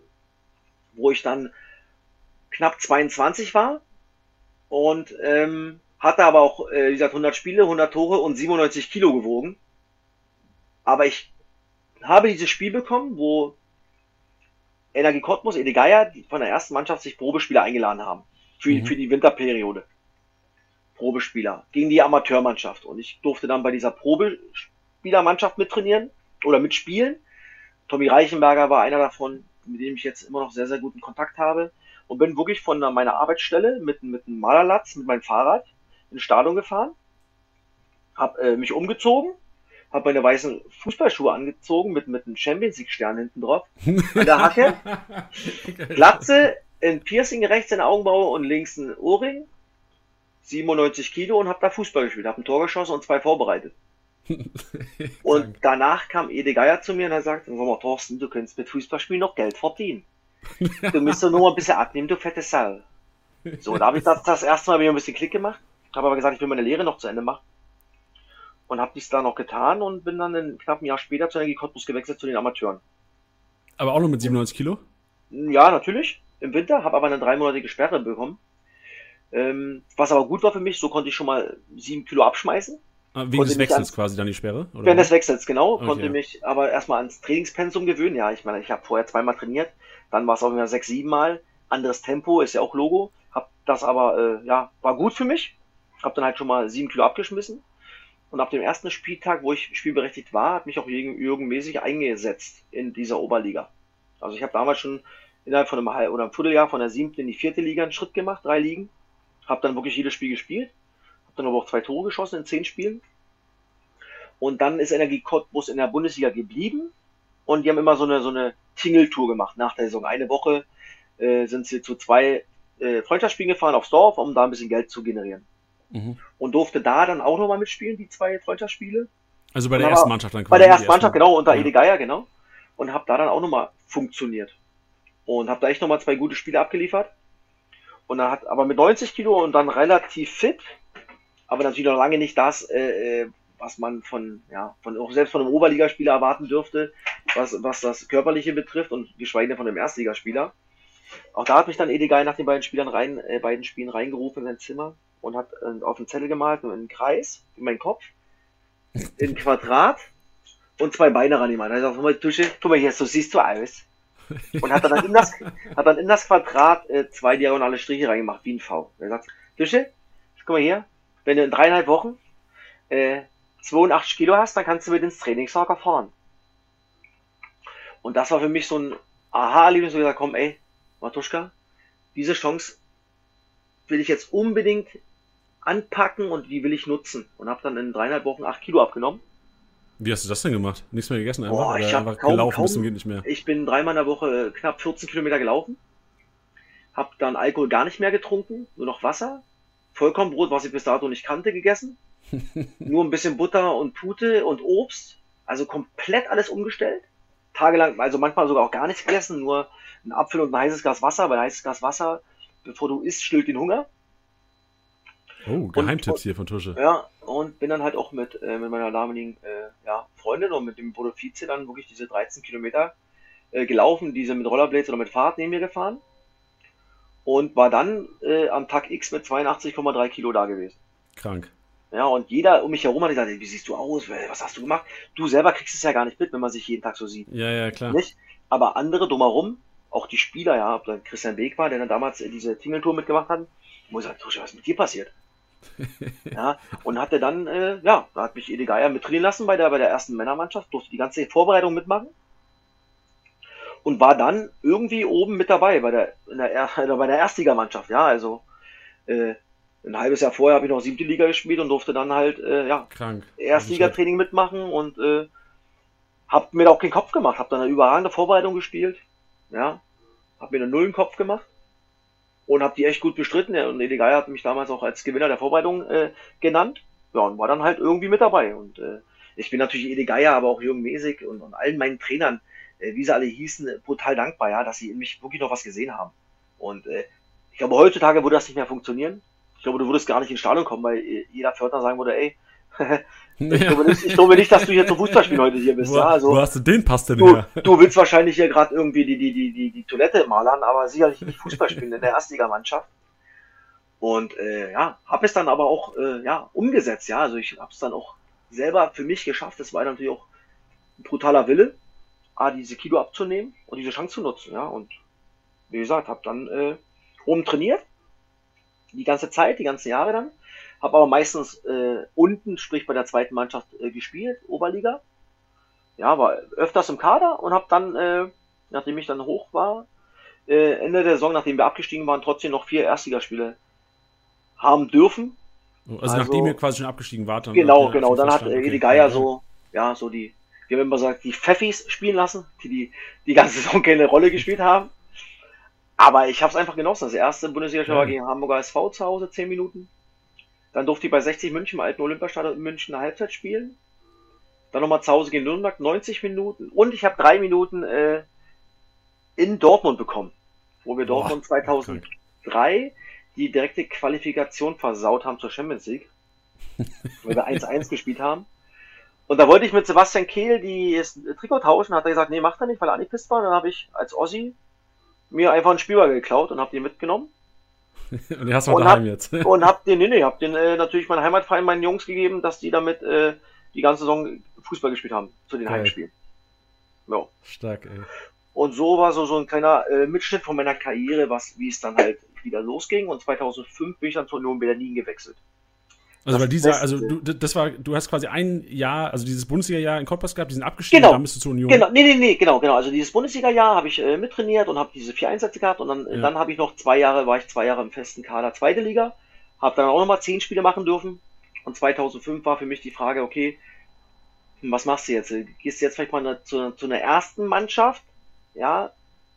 wo ich dann knapp 22 war und hatte aber auch, wie gesagt, 100 Spiele, 100 Tore und 97 Kilo gewogen. Aber ich habe dieses Spiel bekommen, wo Energie Cottbus, Ede Geier, die von der ersten Mannschaft sich Probespieler eingeladen haben für die Winterperiode. Probespieler gegen die Amateurmannschaft. Und ich durfte dann bei dieser Probespielermannschaft mittrainieren oder mitspielen. Tommy Reichenberger war einer davon, mit dem ich jetzt immer noch sehr, sehr guten Kontakt habe. Und bin wirklich von meiner Arbeitsstelle mit einem Malerlatz, mit meinem Fahrrad ins Stadion gefahren. Hab mich umgezogen, habe meine weißen Fußballschuhe angezogen mit einem Champions League Stern hinten drauf. An der Hacke. Glatze, ein Piercing rechts in der Augenbraue und links ein Ohrring. 97 Kilo und habe da Fußball gespielt, habe ein Tor geschossen und 2 vorbereitet. Und danach kam Ede Geier zu mir und er sagt, sag mal, Thorsten, du könntest mit Fußballspielen noch Geld verdienen. Du musst nur ein bisschen abnehmen, du fette Sau. So, da habe ich das erste Mal wieder ein bisschen Klick gemacht, habe aber gesagt, ich will meine Lehre noch zu Ende machen. Und habe dies da noch getan und bin dann ein knapp ein Jahr später zu Energie Cottbus gewechselt zu den Amateuren. Aber auch noch mit 97 Kilo? Ja, natürlich, im Winter, habe aber eine 3-monatige Sperre bekommen. Was aber gut war für mich, so konnte ich schon mal 7 Kilo abschmeißen. Wegen des Wechsels quasi dann die Sperre? Oder? Während des Wechsels, genau. Okay. Konnte mich aber erstmal ans Trainingspensum gewöhnen. Ja, ich meine, ich habe vorher 2-mal trainiert, dann war es auch immer 6, 7 Mal. Anderes Tempo, ist ja auch Logo. Hab das aber, war gut für mich. Hab dann halt schon mal 7 Kilo abgeschmissen. Und ab dem ersten Spieltag, wo ich spielberechtigt war, hat mich auch Jürgen Mesig eingesetzt in dieser Oberliga. Also ich habe damals schon innerhalb von einem Vierteljahr von der 7. in die 4. Liga einen Schritt gemacht, 3 Ligen. Habe dann wirklich jedes Spiel gespielt. Habe dann aber auch 2 Tore geschossen in 10 Spielen. Und dann ist Energie Cottbus in der Bundesliga geblieben. Und die haben immer so eine Tingeltour gemacht nach der Saison. Eine Woche sind sie zu 2 Freundschaftsspielen gefahren aufs Dorf, um da ein bisschen Geld zu generieren. Mhm. Und durfte da dann auch nochmal mitspielen, die 2 Freundschaftsspiele. Also bei der ersten Mannschaft dann quasi. Bei der ersten Mannschaft, genau, unter Ede Geier, genau. Und habe da dann auch nochmal funktioniert. Und habe da echt nochmal 2 gute Spiele abgeliefert. Und dann aber mit 90 Kilo und dann relativ fit, aber natürlich noch lange nicht das, was man auch selbst von einem Oberligaspieler erwarten dürfte, was das Körperliche betrifft und geschweige denn von einem Erstligaspieler. Auch da hat mich dann Edegail nach den beiden Spielen reingerufen in sein Zimmer und hat auf den Zettel gemalt, nur einen Kreis, in meinen Kopf, in ein Quadrat und 2 Beine rangemalt. Er hat gesagt, Tusche, guck mal hier, so siehst du aus. Und hat dann in das Quadrat 2 diagonale Striche reingemacht, wie ein V. Er sagt, Tusche, guck mal hier, wenn du in 3,5 Wochen 82 Kilo hast, dann kannst du mit ins Trainingslager fahren. Und das war für mich so ein Aha-Erlebnis, wo ich gesagt, komm, ey, Matuschka, diese Chance will ich jetzt unbedingt anpacken und die will ich nutzen. Und habe dann in 3,5 Wochen 8 Kilo abgenommen. Wie hast du das denn gemacht? Nichts mehr gegessen einfach? Boah, oder ich habe einfach gelaufen bis zum geht nicht mehr? Ich bin 3-mal in der Woche knapp 14 Kilometer gelaufen. Hab dann Alkohol gar nicht mehr getrunken, nur noch Wasser. Vollkornbrot, was ich bis dato nicht kannte, gegessen. Nur ein bisschen Butter und Pute und Obst. Also komplett alles umgestellt. Tagelang, also manchmal sogar auch gar nichts gegessen, nur ein Apfel und ein heißes Glas Wasser, weil ein heißes Glas Wasser, bevor du isst, stillt den Hunger. Oh, Geheimtipps hier von Tusche. Ja, und bin dann halt auch mit meiner damaligen Freundin und mit dem Bruder Vize dann wirklich diese 13 Kilometer gelaufen, diese mit Rollerblades oder mit Fahrrad neben mir gefahren und war dann am Tag X mit 82,3 Kilo da gewesen. Krank. Ja, und jeder um mich herum hat gesagt, wie siehst du aus, was hast du gemacht? Du selber kriegst es ja gar nicht mit, wenn man sich jeden Tag so sieht. Ja, klar. Nicht? Aber andere drumherum, auch die Spieler, ja, ob dann Christian Beek war, der dann damals diese Tingeltour mitgemacht hat, wo ich sagte, was ist mit dir passiert? Ja, und hatte dann, da hat mich Edegail mit trainieren lassen bei der ersten Männermannschaft, durfte die ganze Vorbereitung mitmachen und war dann irgendwie oben mit dabei bei der Erstligamannschaft, ja, also ein halbes Jahr vorher habe ich noch 7. Liga gespielt und durfte dann halt Krank. Erstligatraining mitmachen und habe mir da auch keinen Kopf gemacht, habe dann eine überragende Vorbereitung gespielt, ja, habe mir eine Null im Kopf gemacht und habe die echt gut bestritten. Ja, und Edegail hat mich damals auch als Gewinner der Vorbereitung genannt, ja, und war dann halt irgendwie mit dabei. Und ich bin natürlich Edegail, aber auch Jürgen Mesig und allen meinen Trainern, wie sie alle hießen, brutal dankbar, ja, dass sie in mich wirklich noch was gesehen haben. Und ich glaube, heutzutage würde das nicht mehr funktionieren. Ich glaube, du würdest gar nicht ins Stadion kommen, weil jeder Pförtner sagen würde, ey, ich glaube nicht, dass du hier zum Fußballspielen heute hier bist. Ja, also, wo hast du den Pass denn her? Du willst wahrscheinlich hier gerade irgendwie die Toilette malern, aber sicherlich nicht Fußball spielen in der Erstligamannschaft. Und habe es dann aber auch umgesetzt. Ja, also ich habe es dann auch selber für mich geschafft. Es war natürlich auch ein brutaler Wille, diese Kilo abzunehmen und diese Chance zu nutzen. Ja, und wie gesagt, habe dann oben trainiert, die ganze Zeit, die ganzen Jahre dann. Habe aber meistens unten, sprich bei der zweiten Mannschaft, gespielt, Oberliga. Ja, war öfters im Kader und habe dann, nachdem ich dann hoch war, Ende der Saison, nachdem wir abgestiegen waren, trotzdem noch 4 Erstligaspiele haben dürfen. Also nachdem ihr quasi schon abgestiegen wart. Dann genau. Dann hat Edegail wir haben immer gesagt, die Pfeffis spielen lassen, die ganze Saison keine Rolle gespielt haben. Aber ich habe es einfach genossen. Das erste Bundesliga-Spiel war gegen Hamburger SV zu Hause, 10 Minuten. Dann durfte ich bei 60 München im alten Olympiastadion in München eine Halbzeit spielen. Dann nochmal zu Hause gegen Nürnberg, 90 Minuten. Und ich habe 3 Minuten in Dortmund bekommen, wo wir Dortmund 2003 die direkte Qualifikation versaut haben zur Champions League, weil wir 1-1 gespielt haben. Und da wollte ich mit Sebastian Kehl das Trikot tauschen, hat er gesagt, nee, macht er nicht, weil er angepisst war. Dann habe ich als Ossi mir einfach einen Spielball geklaut und habe den mitgenommen. Und den hast du daheim jetzt. Und hab den natürlich meinen Heimatverein, meinen Jungs gegeben, dass die damit die ganze Saison Fußball gespielt haben, zu den Heimspielen. Ja. Stark, ey. Und so war so ein kleiner Mitschnitt von meiner Karriere, wie es dann halt wieder losging. Und 2005 bin ich dann zur Union Berlin gewechselt. Also du hast quasi ein Jahr, also dieses Bundesliga-Jahr in Cottbus gehabt, die sind abgestiegen, dann bist du zur Union. Genau. Also dieses Bundesliga-Jahr habe ich mittrainiert und habe diese 4 Einsätze gehabt und dann habe ich noch 2 Jahre, war ich 2 Jahre im festen Kader, zweite Liga, habe dann auch nochmal 10 Spiele machen dürfen und 2005 war für mich die Frage, okay, was machst du jetzt? Gehst du jetzt vielleicht mal zu einer ersten Mannschaft, ja,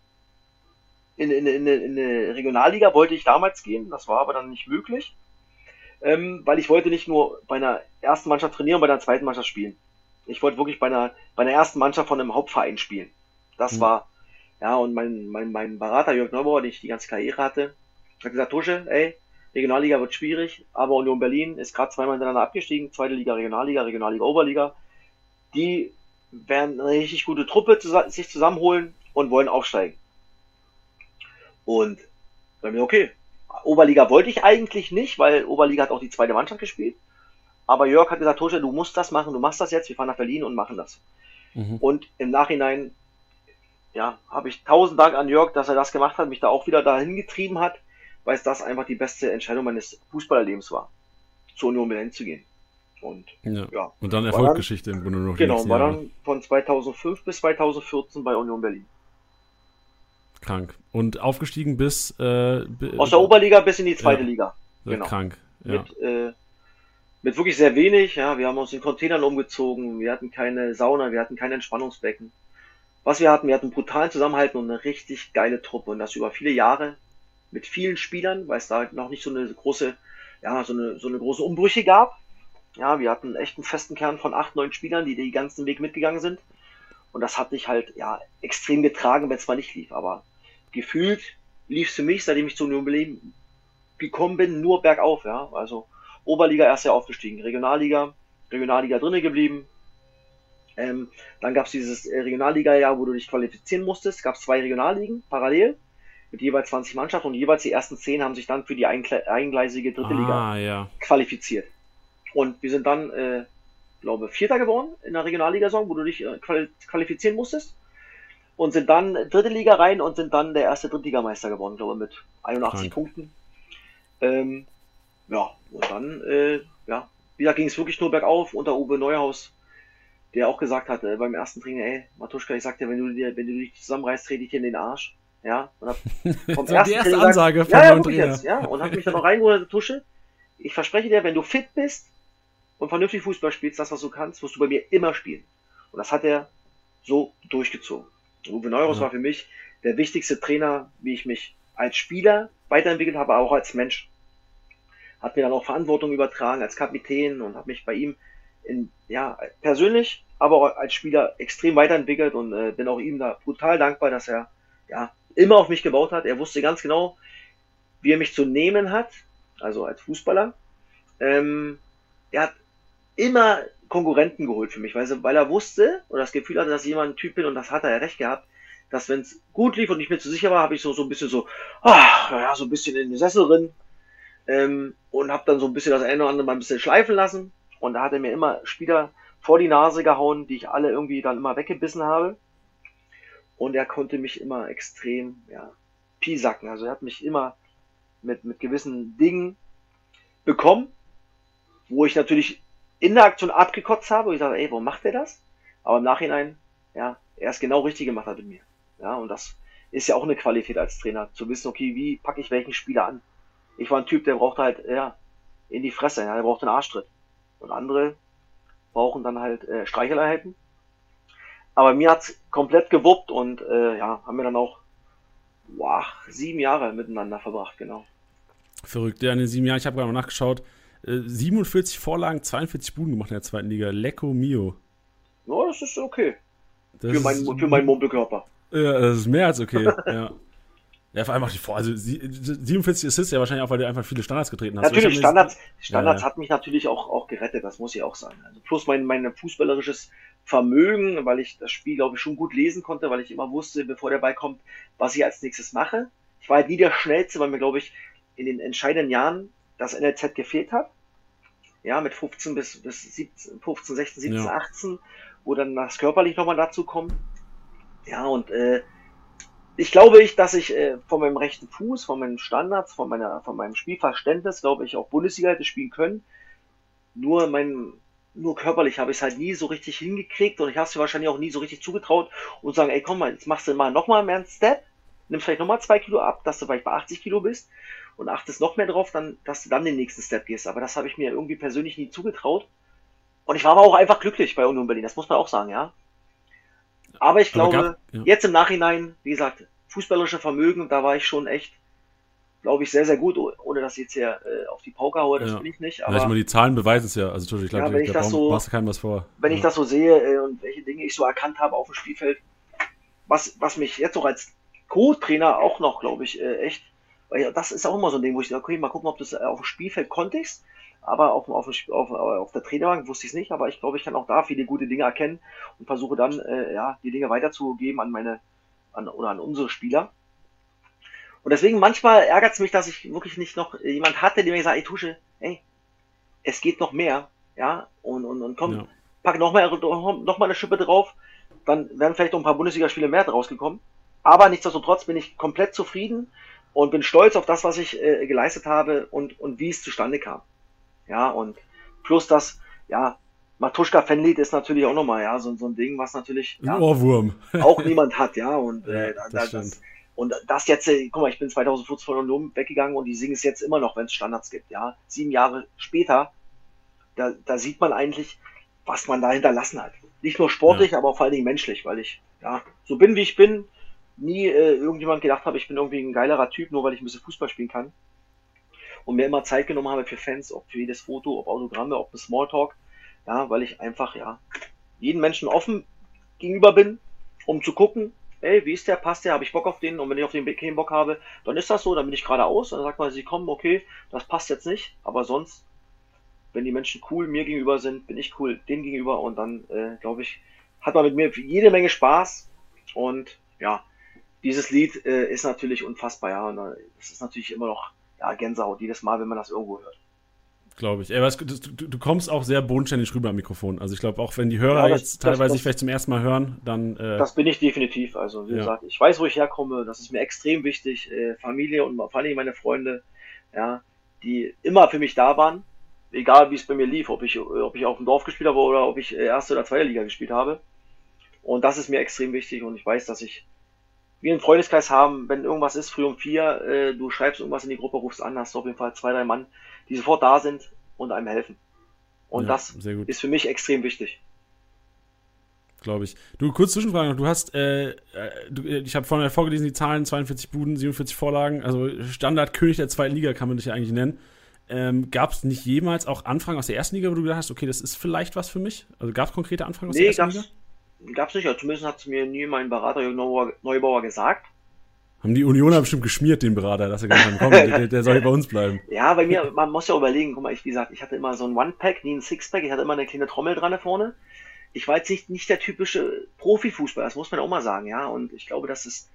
in eine Regionalliga wollte ich damals gehen, das war aber dann nicht möglich. Weil ich wollte nicht nur bei einer ersten Mannschaft trainieren und bei der zweiten Mannschaft spielen. Ich wollte wirklich bei einer ersten Mannschaft von einem Hauptverein spielen. Das war, und mein Berater Jörg Neubauer, den ich die ganze Karriere hatte, hat gesagt, Tusche, ey, Regionalliga wird schwierig, aber Union Berlin ist gerade 2-mal hintereinander abgestiegen, zweite Liga, Regionalliga, Oberliga. Die werden eine richtig gute Truppe sich zusammenholen und wollen aufsteigen. Und bei mir, okay, Oberliga wollte ich eigentlich nicht, weil Oberliga hat auch die zweite Mannschaft gespielt. Aber Jörg hat gesagt, Tosche, du musst das machen, du machst das jetzt, wir fahren nach Berlin und machen das. Mhm. Und im Nachhinein, ja, habe ich 1000 Dank an Jörg, dass er das gemacht hat, mich da auch wieder dahin getrieben hat, weil es das einfach die beste Entscheidung meines Fußballerlebens war, zur Union Berlin zu gehen. Und ja, und dann war Erfolgsgeschichte im Grunde noch. genau, war dann von 2005 bis 2014 bei Union Berlin. Krank. Und aufgestiegen bis aus der Oberliga bis in die zweite Liga. Genau. Krank. Ja. Mit wirklich sehr wenig. Ja, wir haben uns in Containern umgezogen. Wir hatten keine Sauna, wir hatten kein Entspannungsbecken. Was wir hatten einen brutalen Zusammenhalt und eine richtig geile Truppe. Und das über viele Jahre mit vielen Spielern, weil es da noch nicht so eine große, so eine große Umbrüche gab. Ja, wir hatten echt einen festen Kern von 8, 9 Spielern, die den ganzen Weg mitgegangen sind. Und das hat mich halt, extrem getragen, wenn es mal nicht lief. Aber gefühlt lief es für mich, seitdem ich zu Union Berlin gekommen bin, nur bergauf. Ja, also Oberliga erst Jahr aufgestiegen, Regionalliga drinnen geblieben. Dann gab es dieses Regionalliga-Jahr, wo du dich qualifizieren musstest. Gab es 2 Regionalligen parallel mit jeweils 20 Mannschaften und jeweils die ersten 10 haben sich dann für die eingleisige dritte Liga qualifiziert. Und wir sind dann, glaube Vierter geworden in der Regionalliga-Saison, wo du dich qualifizieren musstest. Und sind dann dritte Liga rein und sind dann der erste Drittligameister geworden, glaube ich, mit 81 Punkten. Und dann, wieder ging es wirklich nur bergauf unter Uwe Neuhaus, der auch gesagt hat beim ersten Training, ey, Matuschka, ich sag dir, wenn du dich zusammenreißt, trete ich dir in den Arsch. Ja, und hab vom die erste Ansage von neuen Trainer. Jetzt, und hat mich dann noch reingeholt, Tusche, ich verspreche dir, wenn du fit bist und vernünftig Fußball spielst, das, was du kannst, wirst du bei mir immer spielen. Und das hat er so durchgezogen. Uwe Neuhaus war für mich der wichtigste Trainer, wie ich mich als Spieler weiterentwickelt habe, aber auch als Mensch. Hat mir dann auch Verantwortung übertragen als Kapitän und habe mich bei ihm persönlich, aber auch als Spieler extrem weiterentwickelt und bin auch ihm da brutal dankbar, dass er immer auf mich gebaut hat. Er wusste ganz genau, wie er mich zu nehmen hat, also als Fußballer. Er hat immer Konkurrenten geholt für mich, weil er wusste oder das Gefühl hatte, dass ich immer ein Typ bin und das hat er ja recht gehabt, dass wenn es gut lief und ich mir zu sicher war, habe ich so ein bisschen so ein bisschen in den Sessel drin und habe dann so ein bisschen das eine oder andere mal ein bisschen schleifen lassen und da hat er mir immer Spieler vor die Nase gehauen, die ich alle irgendwie dann immer weggebissen habe und er konnte mich immer extrem piesacken, also er hat mich immer mit gewissen Dingen bekommen, wo ich natürlich in der Aktion abgekotzt habe, wo ich sage, ey, warum macht er das? Aber im Nachhinein, er es genau richtig gemacht hat mit mir. Ja, und das ist ja auch eine Qualität als Trainer, zu wissen, okay, wie packe ich welchen Spieler an? Ich war ein Typ, der brauchte halt, in die Fresse, der brauchte einen Arschtritt. Und andere brauchen dann halt Streicheleinheiten. Aber mir hat's komplett gewuppt und haben wir dann auch 7 Jahre miteinander verbracht, genau. Verrückt, in den 7 Jahren, ich habe gerade mal nachgeschaut, 47 Vorlagen, 42 Buden gemacht in der zweiten Liga. Lecco Mio. Ja, das ist okay. Für meinen Mumpelkörper. Ja, das ist mehr als okay. Ja, vor allem auch also 47 Assists, ja wahrscheinlich auch, weil du einfach viele Standards getreten hast. Natürlich, Standards hat mich natürlich auch gerettet, das muss ich auch sagen. Also plus mein fußballerisches Vermögen, weil ich das Spiel, glaube ich, schon gut lesen konnte, weil ich immer wusste, bevor der Ball kommt, was ich als nächstes mache. Ich war halt nie der Schnellste, weil mir, glaube ich, in den entscheidenden Jahren das NLZ gefehlt hat. Ja, mit 15 bis 17, 15, 16, 17, 18, wo dann das körperlich nochmal dazu kommt. Ja, und ich glaube, dass ich von meinem rechten Fuß, von meinen Standards, von meinem Spielverständnis, glaube ich, auch Bundesliga hätte spielen können. Nur körperlich habe ich es halt nie so richtig hingekriegt und ich habe es mir wahrscheinlich auch nie so richtig zugetraut und sagen, ey, komm mal, jetzt machst du mal nochmal mehr einen Step, nimmst vielleicht nochmal 2 Kilo ab, dass du vielleicht bei 80 Kilo bist und achtest noch mehr drauf, dass du dann den nächsten Step gehst. Aber das habe ich mir irgendwie persönlich nie zugetraut. Und ich war aber auch einfach glücklich bei Union Berlin, das muss man auch sagen, ja. Aber ich glaube, jetzt im Nachhinein, wie gesagt, fußballerische Vermögen, da war ich schon echt, glaube ich, sehr, sehr gut, ohne dass ich jetzt hier auf die Pauke haue, das will ich nicht. Aber ich meine, die Zahlen beweisen es ja. Also, ich glaube, machst du keinem was vor. Wenn ich das so sehe und welche Dinge ich so erkannt habe auf dem Spielfeld, was mich jetzt auch als Co-Trainer auch noch, glaube ich, echt, weil das ist auch immer so ein Ding, wo ich sage, okay, mal gucken, ob du es auf dem Spielfeld konntest, aber auf der Trainerbank wusste ich es nicht, aber ich glaube, ich kann auch da viele gute Dinge erkennen und versuche dann, die Dinge weiterzugeben an unsere Spieler. Und deswegen manchmal ärgert es mich, dass ich wirklich nicht noch jemand hatte, der mir sagt, ey Tusche, ey, es geht noch mehr, ja, und komm, Ja. pack noch mal eine Schippe drauf, dann wären vielleicht noch ein paar Bundesligaspiele mehr rausgekommen. Aber nichtsdestotrotz bin ich komplett zufrieden und bin stolz auf das, was ich geleistet habe und wie es zustande kam. Ja, und plus das, ja, Matuschka-Fanlied ist natürlich auch nochmal, ja, so ein Ding, was natürlich Ein Ohrwurm. auch niemand hat, ja, und das jetzt, guck mal, ich bin 2014 von Union weggegangen und die singen es jetzt immer noch, wenn es Standards gibt, ja, 7 Jahre später, da sieht man eigentlich, was man da hinterlassen hat. Nicht nur sportlich, aber auch vor allen Dingen menschlich, weil ich, ja, so bin, wie ich bin, nie irgendjemand gedacht habe, ich bin irgendwie ein geilerer Typ, nur weil ich ein bisschen Fußball spielen kann. Und mir immer Zeit genommen habe für Fans, ob für jedes Foto, ob Autogramme, ob ein Smalltalk, ja, weil ich einfach, ja, jeden Menschen offen gegenüber bin, um zu gucken, ey, wie ist der, passt der, habe ich Bock auf den, und wenn ich auf den keinen Bock habe, dann ist das so, dann bin ich geradeaus, dann sagt man, sie kommen, okay, das passt jetzt nicht, aber sonst, wenn die Menschen cool mir gegenüber sind, bin ich cool denen gegenüber, und dann, glaube ich, hat man mit mir jede Menge Spaß, und ja, dieses Lied ist natürlich unfassbar, ja, und es ist natürlich immer noch, ja, Gänsehaut jedes Mal, wenn man das irgendwo hört. Glaube ich. Aber du kommst auch sehr bodenständig rüber am Mikrofon. Also ich glaube, auch wenn die Hörer jetzt teilweise sich vielleicht zum ersten Mal hören, dann... Das bin ich definitiv. Also wie gesagt, ich weiß, wo ich herkomme. Das ist mir extrem wichtig. Familie und vor allem meine Freunde, ja, die immer für mich da waren. Egal, wie es bei mir lief. Ob ich auf dem Dorf gespielt habe oder ob ich erste oder zweite Liga gespielt habe. Und das ist mir extrem wichtig. Und ich weiß, dass wir einen Freundeskreis haben, wenn irgendwas ist, früh um 4, du schreibst irgendwas in die Gruppe, rufst an, hast du auf jeden Fall 2, 3 Mann, die sofort da sind und einem helfen. Und das ist für mich extrem wichtig. Glaube ich. Du, kurz Zwischenfrage noch. Du hast, ich habe vorhin vorgelesen, die Zahlen, 42 Buden, 47 Vorlagen, also Standard-König der zweiten Liga kann man dich ja eigentlich nennen. Gab es nicht jemals auch Anfragen aus der ersten Liga, wo du gedacht hast, okay, das ist vielleicht was für mich? Also gab es konkrete Anfragen aus der ersten Liga? Gab's nicht, also zumindest hat es mir nie mein Berater Jürgen Neubauer gesagt. Haben die Unioner bestimmt geschmiert, den Berater, dass er gesagt hat, der soll bei uns bleiben. Ja, bei mir, man muss ja überlegen, guck mal, wie gesagt, ich hatte immer so ein One-Pack, nie ein Six-Pack, ich hatte immer eine kleine Trommel dran vorne. Ich war jetzt nicht der typische Profifußballer, das muss man auch mal sagen, ja, und ich glaube, dass es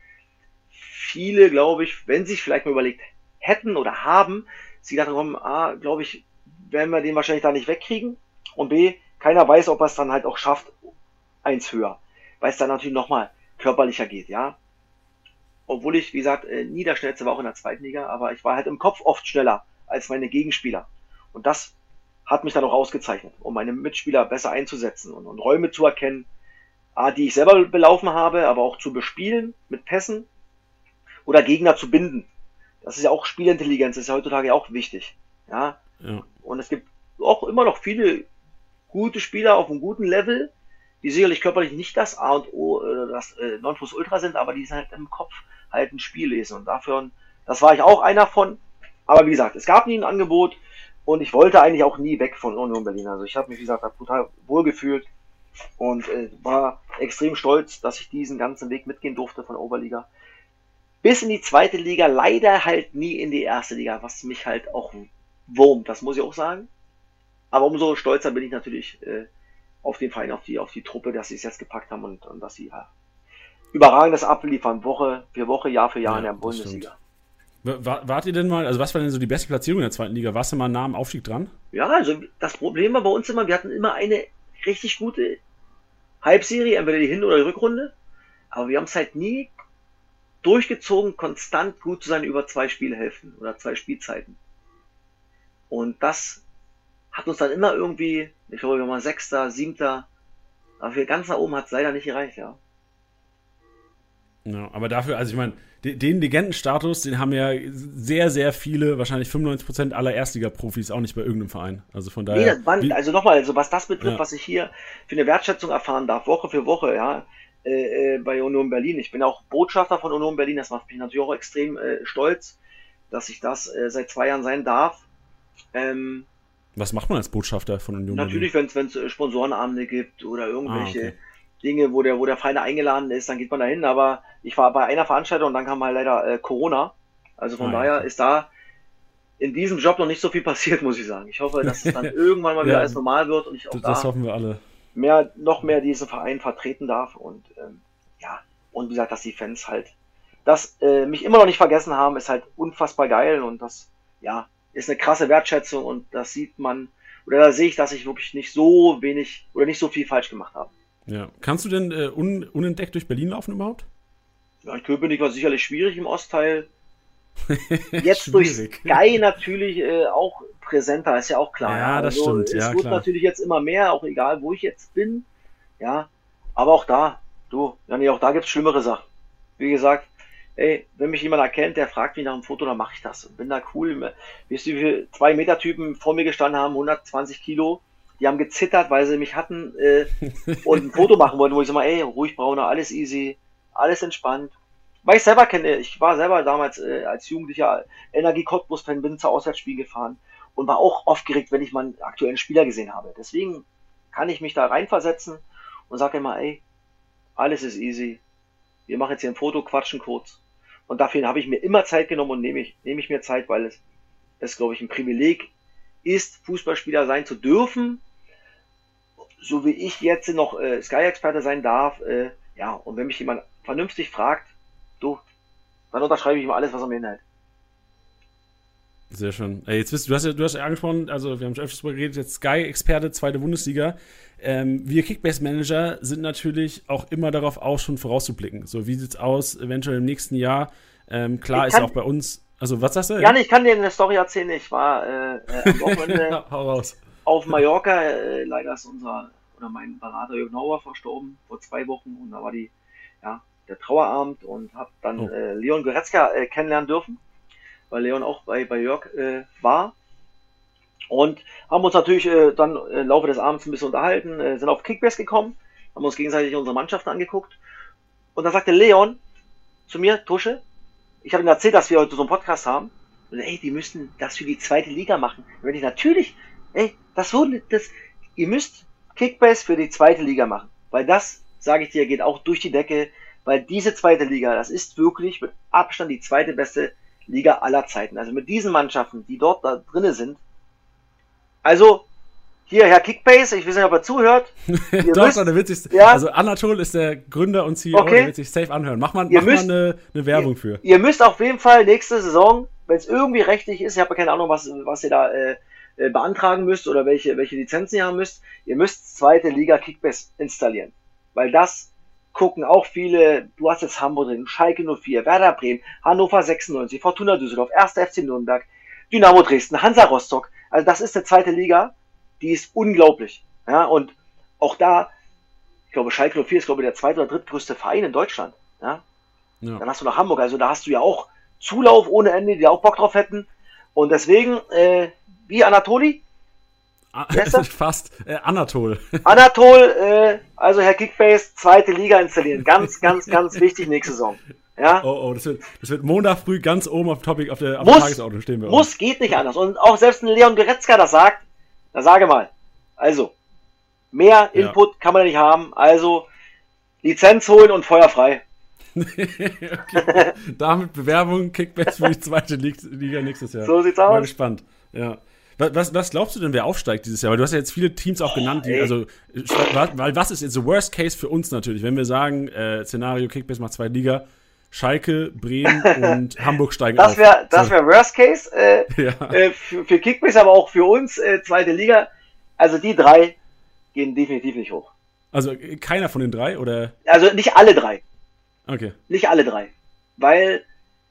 viele, glaube ich, wenn sie sich vielleicht mal überlegt hätten oder haben, sie gedacht haben, A, glaube ich, werden wir den wahrscheinlich da nicht wegkriegen, und B, keiner weiß, ob er es dann halt auch schafft, eins höher, weil es dann natürlich nochmal körperlicher geht, ja. Obwohl ich, wie gesagt, nie der Schnellste war, auch in der zweiten Liga, aber ich war halt im Kopf oft schneller als meine Gegenspieler. Und das hat mich dann auch ausgezeichnet, um meine Mitspieler besser einzusetzen und Räume zu erkennen, die ich selber belaufen habe, aber auch zu bespielen mit Pässen oder Gegner zu binden. Das ist ja auch Spielintelligenz, das ist ja heutzutage auch wichtig. Ja. Und es gibt auch immer noch viele gute Spieler auf einem guten Level, die sicherlich körperlich nicht das A und O, das Nonplusultra sind, aber die halt im Kopf halt ein Spiel lesen. Und dafür, das war ich auch einer von. Aber wie gesagt, es gab nie ein Angebot und ich wollte eigentlich auch nie weg von Union Berlin. Also ich habe mich, wie gesagt, total wohl gefühlt und war extrem stolz, dass ich diesen ganzen Weg mitgehen durfte von der Oberliga bis in die zweite Liga, leider halt nie in die erste Liga, was mich halt auch wurmt, das muss ich auch sagen. Aber umso stolzer bin ich natürlich auf den Verein, auf die Truppe, dass sie es jetzt gepackt haben und dass sie überragendes abliefern, Woche für Woche, Jahr für Jahr in der Bundesliga. Wart ihr denn mal, also was war denn so die beste Platzierung in der zweiten Liga? Warst du mal nah am Aufstieg dran? Ja, also das Problem war bei uns immer, wir hatten immer eine richtig gute Halbserie, entweder die Hin- oder die Rückrunde, aber wir haben es halt nie durchgezogen, konstant gut zu sein über 2 Spielhälften oder 2 Spielzeiten. Und das hat uns dann immer irgendwie, ich glaube, wir waren 6., 7., aber für ganz nach oben hat es leider nicht gereicht, ja. Ja, aber dafür, also ich meine, den Legendenstatus, den haben ja sehr, sehr viele, wahrscheinlich 95% aller Erstliga-Profis auch nicht bei irgendeinem Verein. Also von daher. Nee, also nochmal, also was das betrifft, was ich hier für eine Wertschätzung erfahren darf, Woche für Woche, ja, bei Union Berlin. Ich bin auch Botschafter von Union Berlin, das macht mich natürlich auch extrem stolz, dass ich das seit 2 Jahren sein darf. Was macht man als Botschafter von Union Berlin? Natürlich, wenn es Sponsorenabende gibt oder irgendwelche Dinge, wo der Verein eingeladen ist, dann geht man da hin. Aber ich war bei einer Veranstaltung und dann kam halt leider Corona. Also von daher ist da in diesem Job noch nicht so viel passiert, muss ich sagen. Ich hoffe, dass es dann irgendwann mal wieder alles normal wird und ich auch das hoffen wir alle. noch mehr diesen Verein vertreten darf und und wie gesagt, dass die Fans halt das mich immer noch nicht vergessen haben, ist halt unfassbar geil und das, ja, ist eine krasse Wertschätzung und das sieht man, oder da sehe ich, dass ich wirklich nicht so wenig oder nicht so viel falsch gemacht habe. Ja. Kannst du denn unentdeckt durch Berlin laufen überhaupt? Ja, in Köpenick war sicherlich schwierig im Ostteil. Jetzt durch Sky natürlich auch präsenter, ist ja auch klar. Ja, das stimmt. Es Ja, wird klar. natürlich jetzt immer mehr, auch egal, wo ich jetzt bin. Ja, aber auch da, auch da gibt's schlimmere Sachen. Wie gesagt, ey, wenn mich jemand erkennt, der fragt mich nach einem Foto, dann mache ich das. Und bin da cool. Wisst ihr, wie viele 2-Meter-Typen vor mir gestanden haben, 120 Kilo, die haben gezittert, weil sie mich hatten und ein Foto machen wollten, wo ich so mal, ey, ruhig Brauner, alles easy, alles entspannt. Weil ich selber kenne, ich war selber damals als Jugendlicher Energie Cottbus-Fan, bin zur Auswärtsspiel gefahren und war auch aufgeregt, wenn ich mal einen aktuellen Spieler gesehen habe. Deswegen kann ich mich da reinversetzen und sage immer, ey, alles ist easy. Wir machen jetzt hier ein Foto, quatschen kurz. Und dafür habe ich mir immer Zeit genommen und nehme ich mir Zeit, weil es, glaube ich, ein Privileg ist, Fußballspieler sein zu dürfen, so wie ich jetzt noch Sky-Experte sein darf. Ja, und wenn mich jemand vernünftig fragt, dann unterschreibe ich ihm alles, was er mir hinhält. Sehr schön. Jetzt du hast ja angesprochen, also wir haben schon öfters darüber geredet, jetzt Sky-Experte, zweite Bundesliga. Wir Kickbase-Manager sind natürlich auch immer darauf aus, schon vorauszublicken. So, wie sieht's aus, eventuell im nächsten Jahr? Klar ist auch bei uns, also was sagst du? Ja, ich kann dir eine Story erzählen. Ich war am Wochenende Hau raus. auf Mallorca. Leider ist mein Berater Jürgen Nauer verstorben vor 2 Wochen und da war der Trauerabend und habe dann Leon Goretzka kennenlernen dürfen, weil Leon auch bei Jörg war. Und haben uns natürlich dann im Laufe des Abends ein bisschen unterhalten, sind auf Kickbase gekommen, haben uns gegenseitig unsere Mannschaften angeguckt. Und dann sagte Leon zu mir, Tusche, ich habe ihm erzählt, dass wir heute so einen Podcast haben. Und ey, die müssen das für die zweite Liga machen. Und wenn ich natürlich, ey, ihr müsst Kickbase für die zweite Liga machen. Weil das, sage ich dir, geht auch durch die Decke. Weil diese zweite Liga, das ist wirklich mit Abstand die zweite beste Liga aller Zeiten. Also mit diesen Mannschaften, die dort da drinnen sind. Also, hier, Herr Kickbase, ich weiß nicht, ob er zuhört. Doch, der wird sich, ja? Also Anatol ist der Gründer und CEO, der wird sich safe anhören. Mach mal eine Werbung für. Ihr müsst auf jeden Fall nächste Saison, wenn es irgendwie rechtlich ist, ich habe keine Ahnung, was ihr da beantragen müsst oder welche Lizenzen ihr haben müsst, ihr müsst zweite Liga Kickbase installieren. Weil das gucken auch viele, du hast jetzt Hamburg drin, Schalke 04, Werder Bremen, Hannover 96, Fortuna Düsseldorf, 1. FC Nürnberg, Dynamo Dresden, Hansa Rostock. Also das ist eine zweite Liga, die ist unglaublich. Ja, und auch da, ich glaube, Schalke 04 ist, glaube ich, der zweite oder drittgrößte Verein in Deutschland. Ja? Ja. Dann hast du noch Hamburg, also da hast du ja auch Zulauf ohne Ende, die auch Bock drauf hätten. Und deswegen, wie Anatoli? Fast, Anatol. Anatol, also Herr Kickbase, zweite Liga installieren. Ganz, ganz, ganz wichtig nächste Saison. Ja? Oh, das wird Montag früh ganz oben auf Topic auf der Tagesordnung stehen. Geht nicht anders. Und auch selbst ein Leon Goretzka das sagt, da sage mal, also, mehr Input kann man nicht haben, also Lizenz holen und Feuer frei. Okay. Damit Bewerbung, Kickbase für die zweite Liga nächstes Jahr. So sieht's aus. Mal gespannt. Ja. Was glaubst du denn, wer aufsteigt dieses Jahr? Weil du hast ja jetzt viele Teams auch genannt, weil was ist jetzt the worst case für uns natürlich, wenn wir sagen, Szenario Kickbase macht zweite Liga, Schalke, Bremen und Hamburg steigen auf. Das wäre Worst Case für Kickbase, aber auch für uns zweite Liga. Also die 3 gehen definitiv nicht hoch. Also keiner von den 3 oder? Also nicht alle 3. Okay. Nicht alle 3, weil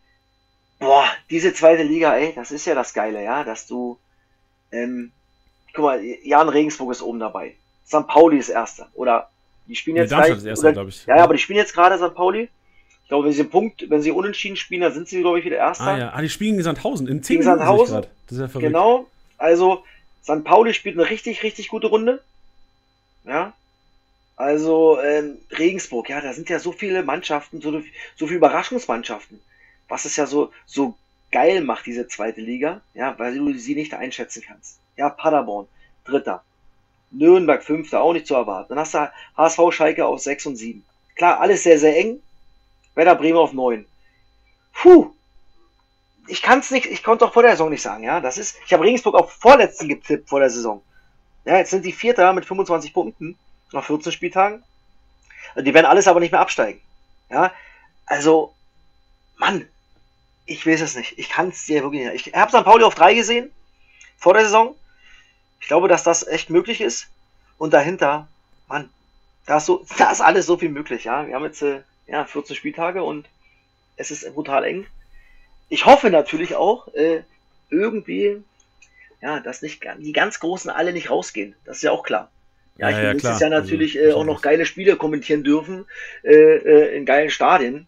diese zweite Liga, das ist ja das Geile, ja, dass du guck mal, Jan Regensburg ist oben dabei. St. Pauli ist Erster oder die spielen jetzt Darmstadt ist Erster, glaube ich. Ja, aber die spielen jetzt gerade St. Pauli. Ich glaube, wenn sie unentschieden spielen, dann sind sie, glaube ich, wieder Erster. Die spielen gegen Sandhausen in 10 Minuten. Das ist ja verrückt. Genau. Also, St. Pauli spielt eine richtig, richtig gute Runde. Ja. Also, Regensburg, ja, da sind ja so viele Mannschaften, so viele Überraschungsmannschaften. Was es ja so geil macht, diese zweite Liga, ja, weil du sie nicht einschätzen kannst. Ja, Paderborn, Dritter. Nürnberg, Fünfter, auch nicht zu erwarten. Dann hast du HSV Schalke auf 6 und 7. Klar, alles sehr, sehr eng. Werder Bremen auf 9. Ich konnte es auch vor der Saison nicht sagen, ja. Ich habe Regensburg auf Vorletzten getippt vor der Saison. Ja, jetzt sind die Vierter mit 25 Punkten nach 14 Spieltagen. Die werden alles aber nicht mehr absteigen. Ja, also Mann, ich weiß es nicht. Ich kann es dir wirklich nicht. Ich habe St. Pauli auf 3 gesehen, vor der Saison. Ich glaube, dass das echt möglich ist. Und dahinter, Mann, da ist alles so viel möglich. Ja, wir haben jetzt 14 Spieltage und es ist brutal eng. Ich hoffe natürlich auch irgendwie, dass nicht die ganz Großen alle nicht rausgehen. Das ist ja auch klar. Ja, ich will nächstes Jahr natürlich auch noch geile Spiele kommentieren dürfen in geilen Stadien.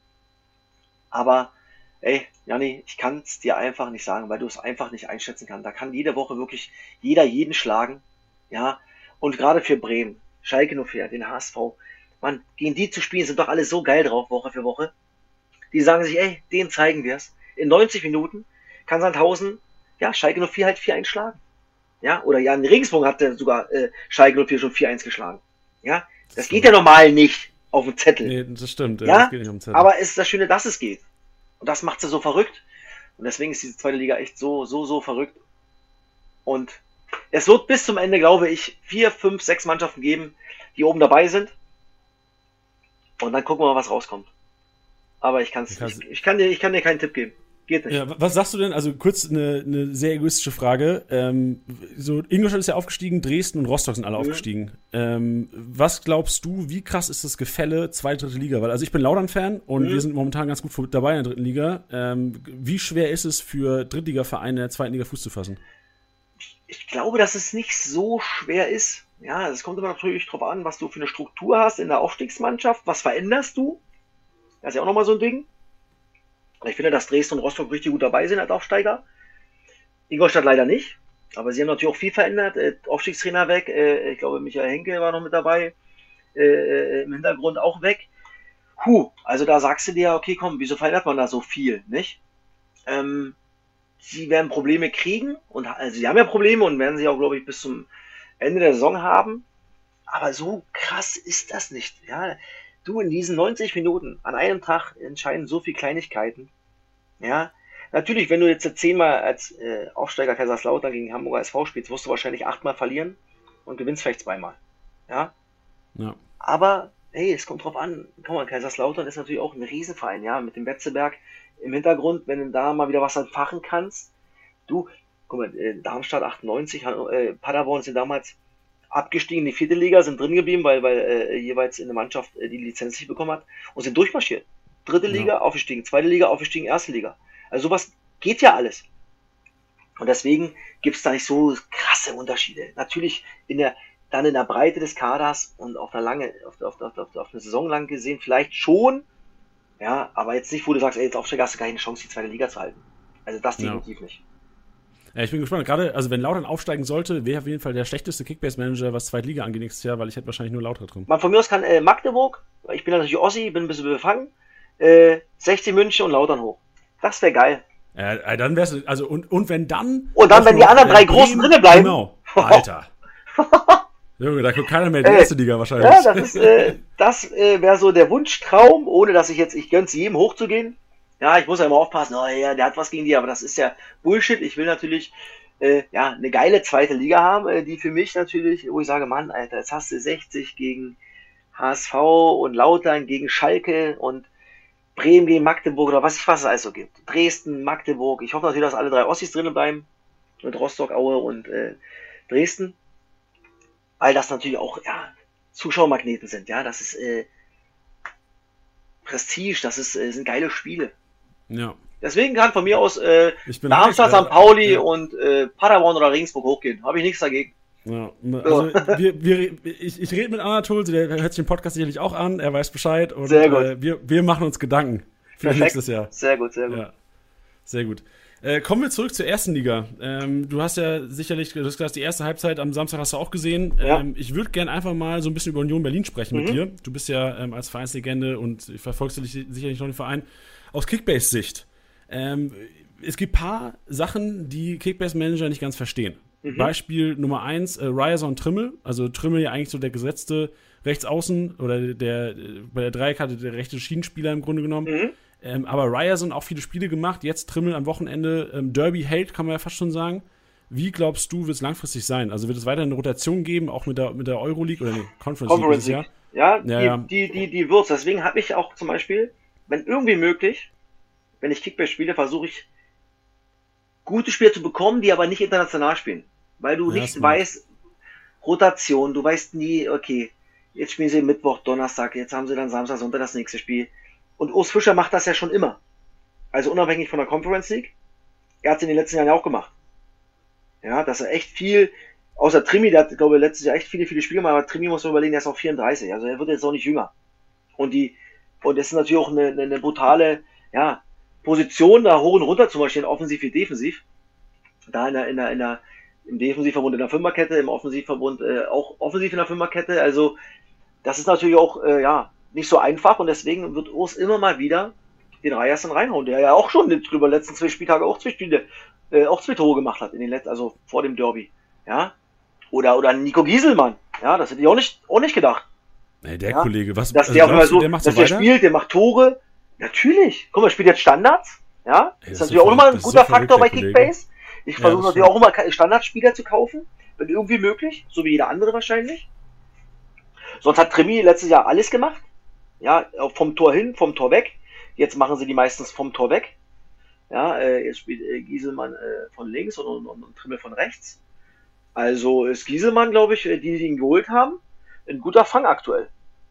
Aber, ey, Janni, ich kann es dir einfach nicht sagen, weil du es einfach nicht einschätzen kannst. Da kann jede Woche wirklich jeder jeden schlagen. Ja, und gerade für Bremen, Schalke 04, den HSV, Mann, gegen die zu spielen, sind doch alle so geil drauf, Woche für Woche. Die sagen sich, ey, denen zeigen wir es. In 90 Minuten kann Sandhausen, Schalke 04 halt 4-1 schlagen. Ja, oder in Regensburg hat der sogar Schalke 04 schon 4-1 geschlagen. Ja, das geht ja normal nicht auf dem Zettel. Nee, das stimmt. Ja, das geht nicht auf dem Zettel. Aber es ist das Schöne, dass es geht. Und das macht sie so verrückt. Und deswegen ist diese zweite Liga echt so verrückt. Und es wird bis zum Ende, glaube ich, 4, 5, 6 Mannschaften geben, die oben dabei sind. Und dann gucken wir mal, was rauskommt. Aber ich kann dir keinen Tipp geben. Geht nicht. Ja, was sagst du denn? Also kurz eine sehr egoistische Frage. Ingolstadt ist ja aufgestiegen, Dresden und Rostock sind alle aufgestiegen. Was glaubst du, wie krass ist das Gefälle zweite, dritte Liga? Weil also ich bin Lautern-Fan und wir sind momentan ganz gut dabei in der dritten Liga. Wie schwer ist es für Drittligavereine in der zweiten Liga Fuß zu fassen? Ich glaube, dass es nicht so schwer ist. Ja, es kommt immer natürlich drauf an, was du für eine Struktur hast in der Aufstiegsmannschaft. Was veränderst du? Das ist ja auch nochmal so ein Ding. Ich finde, dass Dresden und Rostock richtig gut dabei sind als Aufsteiger. Ingolstadt leider nicht. Aber sie haben natürlich auch viel verändert. Aufstiegstrainer weg. Ich glaube, Michael Henke war noch mit dabei. Im Hintergrund auch weg. Also da sagst du dir, okay, komm, wieso verändert man da so viel, nicht? Sie werden Probleme kriegen. Also sie haben ja Probleme und werden sie auch, glaube ich, bis zum Ende der Saison haben. Aber so krass ist das nicht. Ja, du, in diesen 90 Minuten an einem Tag entscheiden so viele Kleinigkeiten. Ja, natürlich, wenn du jetzt 10-mal als Aufsteiger Kaiserslautern gegen Hamburger SV spielst, wirst du wahrscheinlich 8-mal verlieren und gewinnst vielleicht 2-mal. Ja. Aber, hey, es kommt drauf an. Guck mal, Kaiserslautern ist natürlich auch ein Riesenverein, ja, mit dem Betzeberg im Hintergrund, wenn du da mal wieder was entfachen kannst. Du, guck mal, Darmstadt 98, Paderborn sind damals abgestiegen in die 4. Liga, sind drin geblieben, weil jeweils eine Mannschaft die Lizenz nicht bekommen hat und sind durchmarschiert. 3. Liga aufgestiegen, 2. Liga aufgestiegen, 1. Liga. Also sowas geht ja alles. Und deswegen gibt es da nicht so krasse Unterschiede. Natürlich in der Breite des Kaders und auf eine Saison lang gesehen vielleicht schon, ja, aber jetzt nicht, wo du sagst, ey, als Aufsteiger hast du keine Chance, die 2. Liga zu halten. Also das definitiv nicht. Ja, ich bin gespannt. Gerade, also wenn Lautern aufsteigen sollte, wäre auf jeden Fall der schlechteste Kickbase-Manager, was Zweitliga angeht nächstes Jahr, weil ich hätte wahrscheinlich nur Lautern drin. Von mir aus kann Magdeburg, ich bin natürlich Ossi, bin ein bisschen befangen, 60 München und Lautern hoch. Das wäre geil. Ja, dann wär's, also und wenn dann... Und dann, wenn die anderen 3 Großen drinnen bleiben. Genau, Alter. Junge, da guckt keiner mehr in die erste Liga wahrscheinlich. Ja, das wäre so der Wunschtraum, ohne dass ich gönn's jedem hochzugehen. Ja, ich muss ja immer aufpassen, der hat was gegen die, aber das ist ja Bullshit. Ich will natürlich eine geile zweite Liga haben, die für mich natürlich, wo ich sage, Mann, Alter, jetzt hast du 60 gegen HSV und Lautern gegen Schalke und Bremen gegen Magdeburg oder was es alles so gibt. Dresden, Magdeburg. Ich hoffe natürlich, dass alle 3 Ossis drinnen bleiben. Mit Rostock, Aue und Dresden. Weil das natürlich auch Zuschauermagneten sind. Ja, das ist Prestige, das sind geile Spiele. Ja. Deswegen kann von mir aus Darmstadt, St. Pauli und Paderborn oder Regensburg hochgehen. Habe ich nichts dagegen. Ja, also ich rede mit Anatol, der hört sich den Podcast sicherlich auch an, er weiß Bescheid und sehr gut. Wir machen uns Gedanken für nächstes Jahr. Sehr gut. Ja, sehr gut. Kommen wir zurück zur ersten Liga. Du hast ja sicherlich, du hast gesagt, die erste Halbzeit am Samstag hast du auch gesehen. Ja. Ich würde gerne einfach mal so ein bisschen über Union Berlin sprechen mit dir. Du bist ja als Vereinslegende und verfolgst du sicherlich noch den Verein aus Kickbase-Sicht. Es gibt ein paar Sachen, die Kickbase-Manager nicht ganz verstehen. Beispiel Nummer 1, Ryerson Trimmel. Also Trimmel ja eigentlich so der gesetzte Rechtsaußen oder bei der Dreierkarte der rechte Schienenspieler im Grunde genommen. Aber Ryerson auch viele Spiele gemacht. Jetzt Trimmel am Wochenende. Derby-Held, kann man ja fast schon sagen. Wie glaubst du, wird es langfristig sein? Also wird es weiter eine Rotation geben, auch mit der Euroleague oder Conference League? Ja, die wird's. Deswegen habe ich auch zum Beispiel, wenn irgendwie möglich, wenn ich Kickbase spiele, versuche ich, gute Spieler zu bekommen, die aber nicht international spielen. Weil du nicht weißt, Rotation, du weißt nie, okay, jetzt spielen sie Mittwoch, Donnerstag, jetzt haben sie dann Samstag, Sonntag das nächste Spiel. Und Urs Fischer macht das ja schon immer. Also unabhängig von der Conference League. Er hat es in den letzten Jahren ja auch gemacht. Ja, dass er echt viel, außer Trimi, der hat, glaube ich, letztes Jahr echt viele Spiele gemacht, aber Trimi muss man überlegen, der ist auch 34, also er wird jetzt auch nicht jünger. Und das ist natürlich auch eine brutale, ja, Position, da hoch und runter zu marschieren, offensiv wie defensiv. Da im Defensivverbund in der Fünferkette, im Offensivverbund auch offensiv in der Fünferkette, also das ist natürlich auch, nicht so einfach und deswegen wird Urs immer mal wieder den Ryerson reinhauen, der ja auch schon drüber letzten 2 Spieltage auch 2 Tore gemacht hat also vor dem Derby, ja. Oder Nico Gieselmann, ja, das hätte ich auch nicht gedacht. Nee, der Kollege, was, dass der auch immer so, dass der spielt, der macht Tore, natürlich. Guck mal, spielt jetzt Standards, ja. Das ist natürlich auch immer ein guter Faktor bei Kickbase. Ich versuche natürlich auch immer Standardspieler zu kaufen, wenn irgendwie möglich, so wie jeder andere wahrscheinlich. Sonst hat Trimi letztes Jahr alles gemacht, ja, vom Tor hin, vom Tor weg. Jetzt machen sie die meistens vom Tor weg. Ja, jetzt spielt Gieselmann von links und Trimmel von rechts. Also ist Gieselmann, glaube ich, die ihn geholt haben, ein guter Fang aktuell.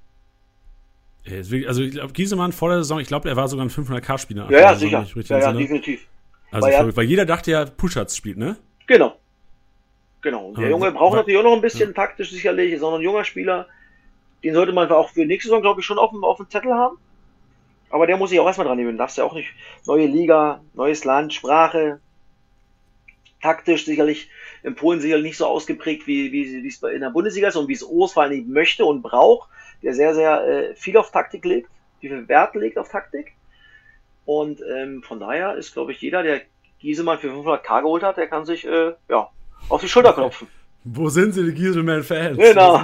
Also ich glaube, Gieselmann vor der Saison, ich glaube, er war sogar ein 500k-Spieler. Ja, sicher. Ja, definitiv. Also verrückt, weil jeder dachte ja, Puschatz spielt, ne? Genau. Der Junge braucht natürlich auch noch ein bisschen taktisch sicherlich, ist auch noch ein junger Spieler. Den sollte man auch für nächste Saison, glaube ich, schon auf dem Zettel haben. Aber der muss sich auch erstmal dran nehmen. Darfst ja auch nicht. Neue Liga, neues Land, Sprache. Taktisch sicherlich, in Polen sicherlich nicht so ausgeprägt, wie es in der Bundesliga ist und wie es Urs vor allem möchte und braucht, der sehr, sehr viel auf Taktik legt, viel Wert legt auf Taktik. Und von daher ist, glaube ich, jeder, der Gieselmann für 500k geholt hat, der kann sich auf die Schulter klopfen. Wo sind sie, die Gieselmann-Fans? Genau.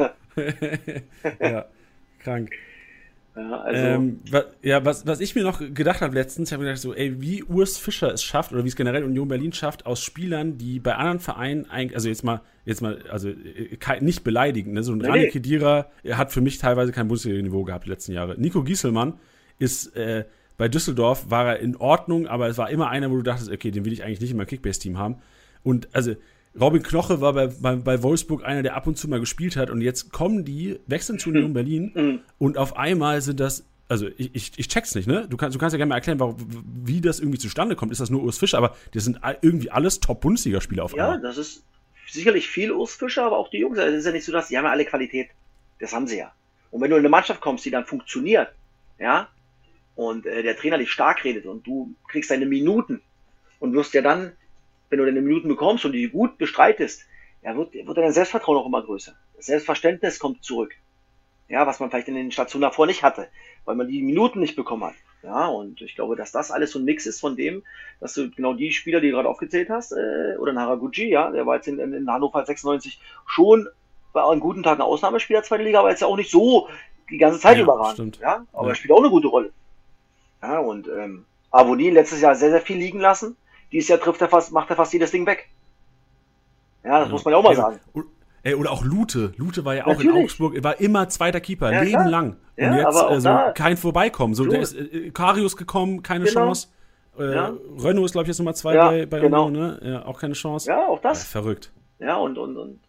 Ja, krank. Ja, also was ich mir noch gedacht habe letztens, ich habe gedacht so, wie Urs Fischer es schafft oder wie es generell Union Berlin schafft, aus Spielern, die bei anderen Vereinen eigentlich, also jetzt mal, also nicht beleidigend, ne? So ein Rani Khedira hat für mich teilweise kein Bundesliga-Niveau gehabt die letzten Jahre. Nico Gieselmann ist bei Düsseldorf war er in Ordnung, aber es war immer einer, wo du dachtest, okay, den will ich eigentlich nicht in meinem Kickbase-Team haben. Und also Robin Knoche war bei Wolfsburg einer, der ab und zu mal gespielt hat und jetzt wechseln zu Union Berlin und auf einmal sind das, also ich check's nicht, ne? Du kannst ja gerne mal erklären, wie das irgendwie zustande kommt. Ist das nur Urs Fischer, aber das sind irgendwie alles Top-Bundesliga-Spieler auf einmal. Ja, das ist sicherlich viel Urs Fischer, aber auch die Jungs. Also es ist ja nicht so, dass die haben ja alle Qualität. Das haben sie ja. Und wenn du in eine Mannschaft kommst, die dann funktioniert, ja, und der Trainer dich stark redet und du kriegst deine Minuten und wirst ja dann, wenn du deine Minuten bekommst und die gut bestreitest, ja, wird dein Selbstvertrauen auch immer größer. Das Selbstverständnis kommt zurück. Ja, was man vielleicht in den Stationen davor nicht hatte, weil man die Minuten nicht bekommen hat. Ja, und ich glaube, dass das alles so ein Mix ist von dem, dass du genau die Spieler, die du gerade aufgezählt hast, oder Haraguchi, ja, der war jetzt in Hannover 96 schon bei einem guten Tag ein Ausnahmespieler zweite Liga, aber jetzt ja auch nicht so die ganze Zeit überragend. Stimmt. Ja, aber er spielt auch eine gute Rolle. Ja, und Avoni letztes Jahr sehr, sehr viel liegen lassen. Dieses Jahr macht er fast jedes Ding weg. Ja, das muss man ja auch mal sagen. Oder auch Lute. Lute war ja auch in Augsburg, war immer zweiter Keeper, ja, lebenlang. Ja, und jetzt aber kein Vorbeikommen. So, der ist Karius gekommen, keine Chance. Renault ist, glaube ich, jetzt Nummer 2 bei genau. Ne? Ja, auch keine Chance. Ja, auch das. Verrückt. Ja, und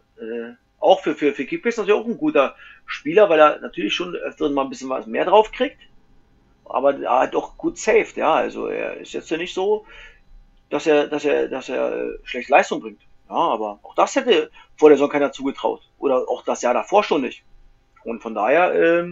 auch für Kickbase natürlich auch ein guter Spieler, weil er natürlich schon öfter mal ein bisschen was mehr drauf kriegt. Aber er hat auch gut saved, ja. Also er ist jetzt ja nicht so, dass er schlecht Leistung bringt. Ja, aber auch das hätte vor der Saison keiner zugetraut. Oder auch das Jahr davor schon nicht. Und von daher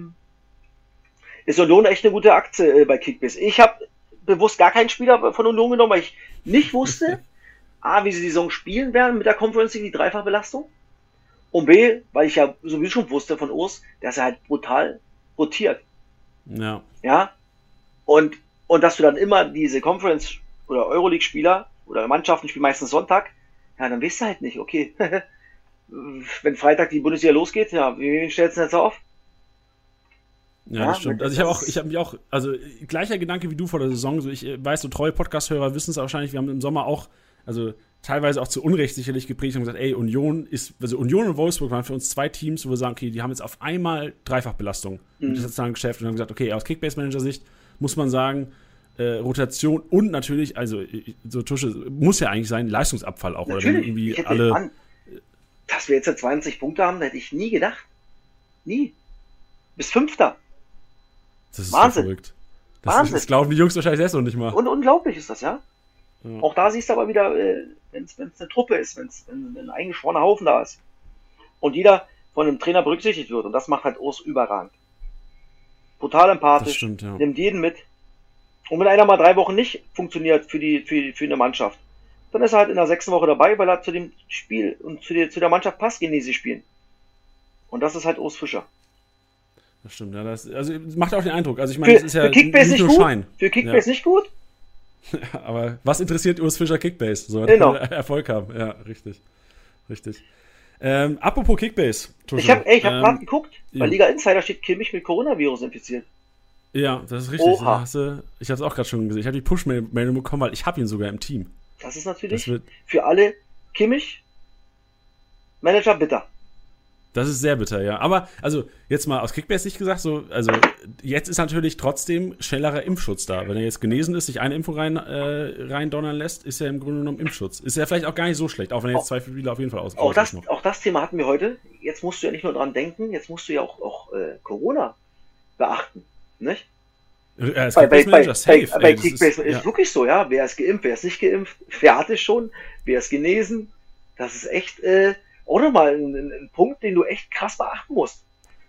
ist Union echt eine gute Aktie bei Kickbase. Ich habe bewusst gar keinen Spieler von Union genommen, weil ich nicht wusste, A, wie sie die Saison spielen werden mit der Conference League, die Dreifachbelastung. Und B, weil ich ja sowieso schon wusste von Urs, dass er halt brutal rotiert. Ja. Ja. Und dass du dann immer diese Conference- oder Euroleague-Spieler oder Mannschaften spielen meistens Sonntag, ja, dann weißt du halt nicht, okay, wenn Freitag die Bundesliga losgeht, ja, wie stellst du das auf? Ja, das stimmt. Also ich habe mich auch, also gleicher Gedanke wie du vor der Saison, so ich weiß, so treue Podcast-Hörer wissen es wahrscheinlich, wir haben im Sommer auch, also teilweise auch zu Unrecht sicherlich geprägt und gesagt, Union und Wolfsburg waren für uns 2 Teams, wo wir sagen, okay, die haben jetzt auf einmal Dreifachbelastung im internationalen Geschäft und haben gesagt, okay, aus Kickbase-Manager-Sicht muss man sagen, Rotation und natürlich, also so Tusche muss ja eigentlich sein, Leistungsabfall auch. Natürlich. Oder wenn irgendwie Ich hätte, alle. Mann, dass wir jetzt 20 Punkte haben, hätte ich nie gedacht. Nie. Bis Fünfter. Das ist Wahnsinn. so verrückt. Wahnsinn. Das glauben die Jungs wahrscheinlich selbst noch nicht mal. Und unglaublich ist das, ja. Ja. Auch da siehst du aber wieder, wenn es eine Truppe ist, wenn ein eingeschworener Haufen da ist. Und jeder von einem Trainer berücksichtigt wird. Und das macht halt Urs überragend. Brutal Das empathisch, stimmt, ja. nimmt jeden mit. Und wenn einer mal 3 Wochen nicht funktioniert für eine Mannschaft, dann ist er halt in der 6. Woche dabei, weil er zu dem Spiel und zu der Mannschaft passt, gegen die sie spielen. Und das ist halt Urs Fischer. Das stimmt, ja. Das macht auch den Eindruck. Also ich meine, das ist ja für Kickbase nicht nicht nur gut. Schein. Für Kickbase nicht gut. Ja, aber was interessiert Urs Fischer Kickbase? So Genau. Erfolg haben. Ja, richtig. Richtig. Apropos Kickbase. Tusche, Ich habe gerade geguckt, bei ja. Liga Insider steht Kimmich mit Coronavirus infiziert. Ja, das ist richtig. Oha. Ich habe es auch gerade schon gesehen. Ich habe die Push-Meldung bekommen, weil ich habe ihn sogar im Team. Das ist natürlich Das wird- für alle Kimmich Manager bitter. Das ist sehr bitter, ja. Aber, also, jetzt mal aus Kickbase-Sicht gesagt, also, jetzt ist natürlich trotzdem schnellerer Impfschutz da. Wenn er jetzt genesen ist, sich eine Impfung reindonnern lässt, ist er im Grunde genommen Impfschutz. Ist ja vielleicht auch gar nicht so schlecht, auch wenn er jetzt 2 Spieler auf jeden Fall Auch das Thema hatten wir heute. Jetzt musst du ja nicht nur dran denken, jetzt musst du ja auch Corona beachten. Nicht? Als Bei Kickbase-Manager safe. bei ey, das Kickbase ist ja. wirklich so, ja. Wer ist geimpft, wer ist nicht geimpft, wer hat es schon, wer ist genesen. Das ist echt auch nochmal ein Punkt, den du echt krass beachten musst.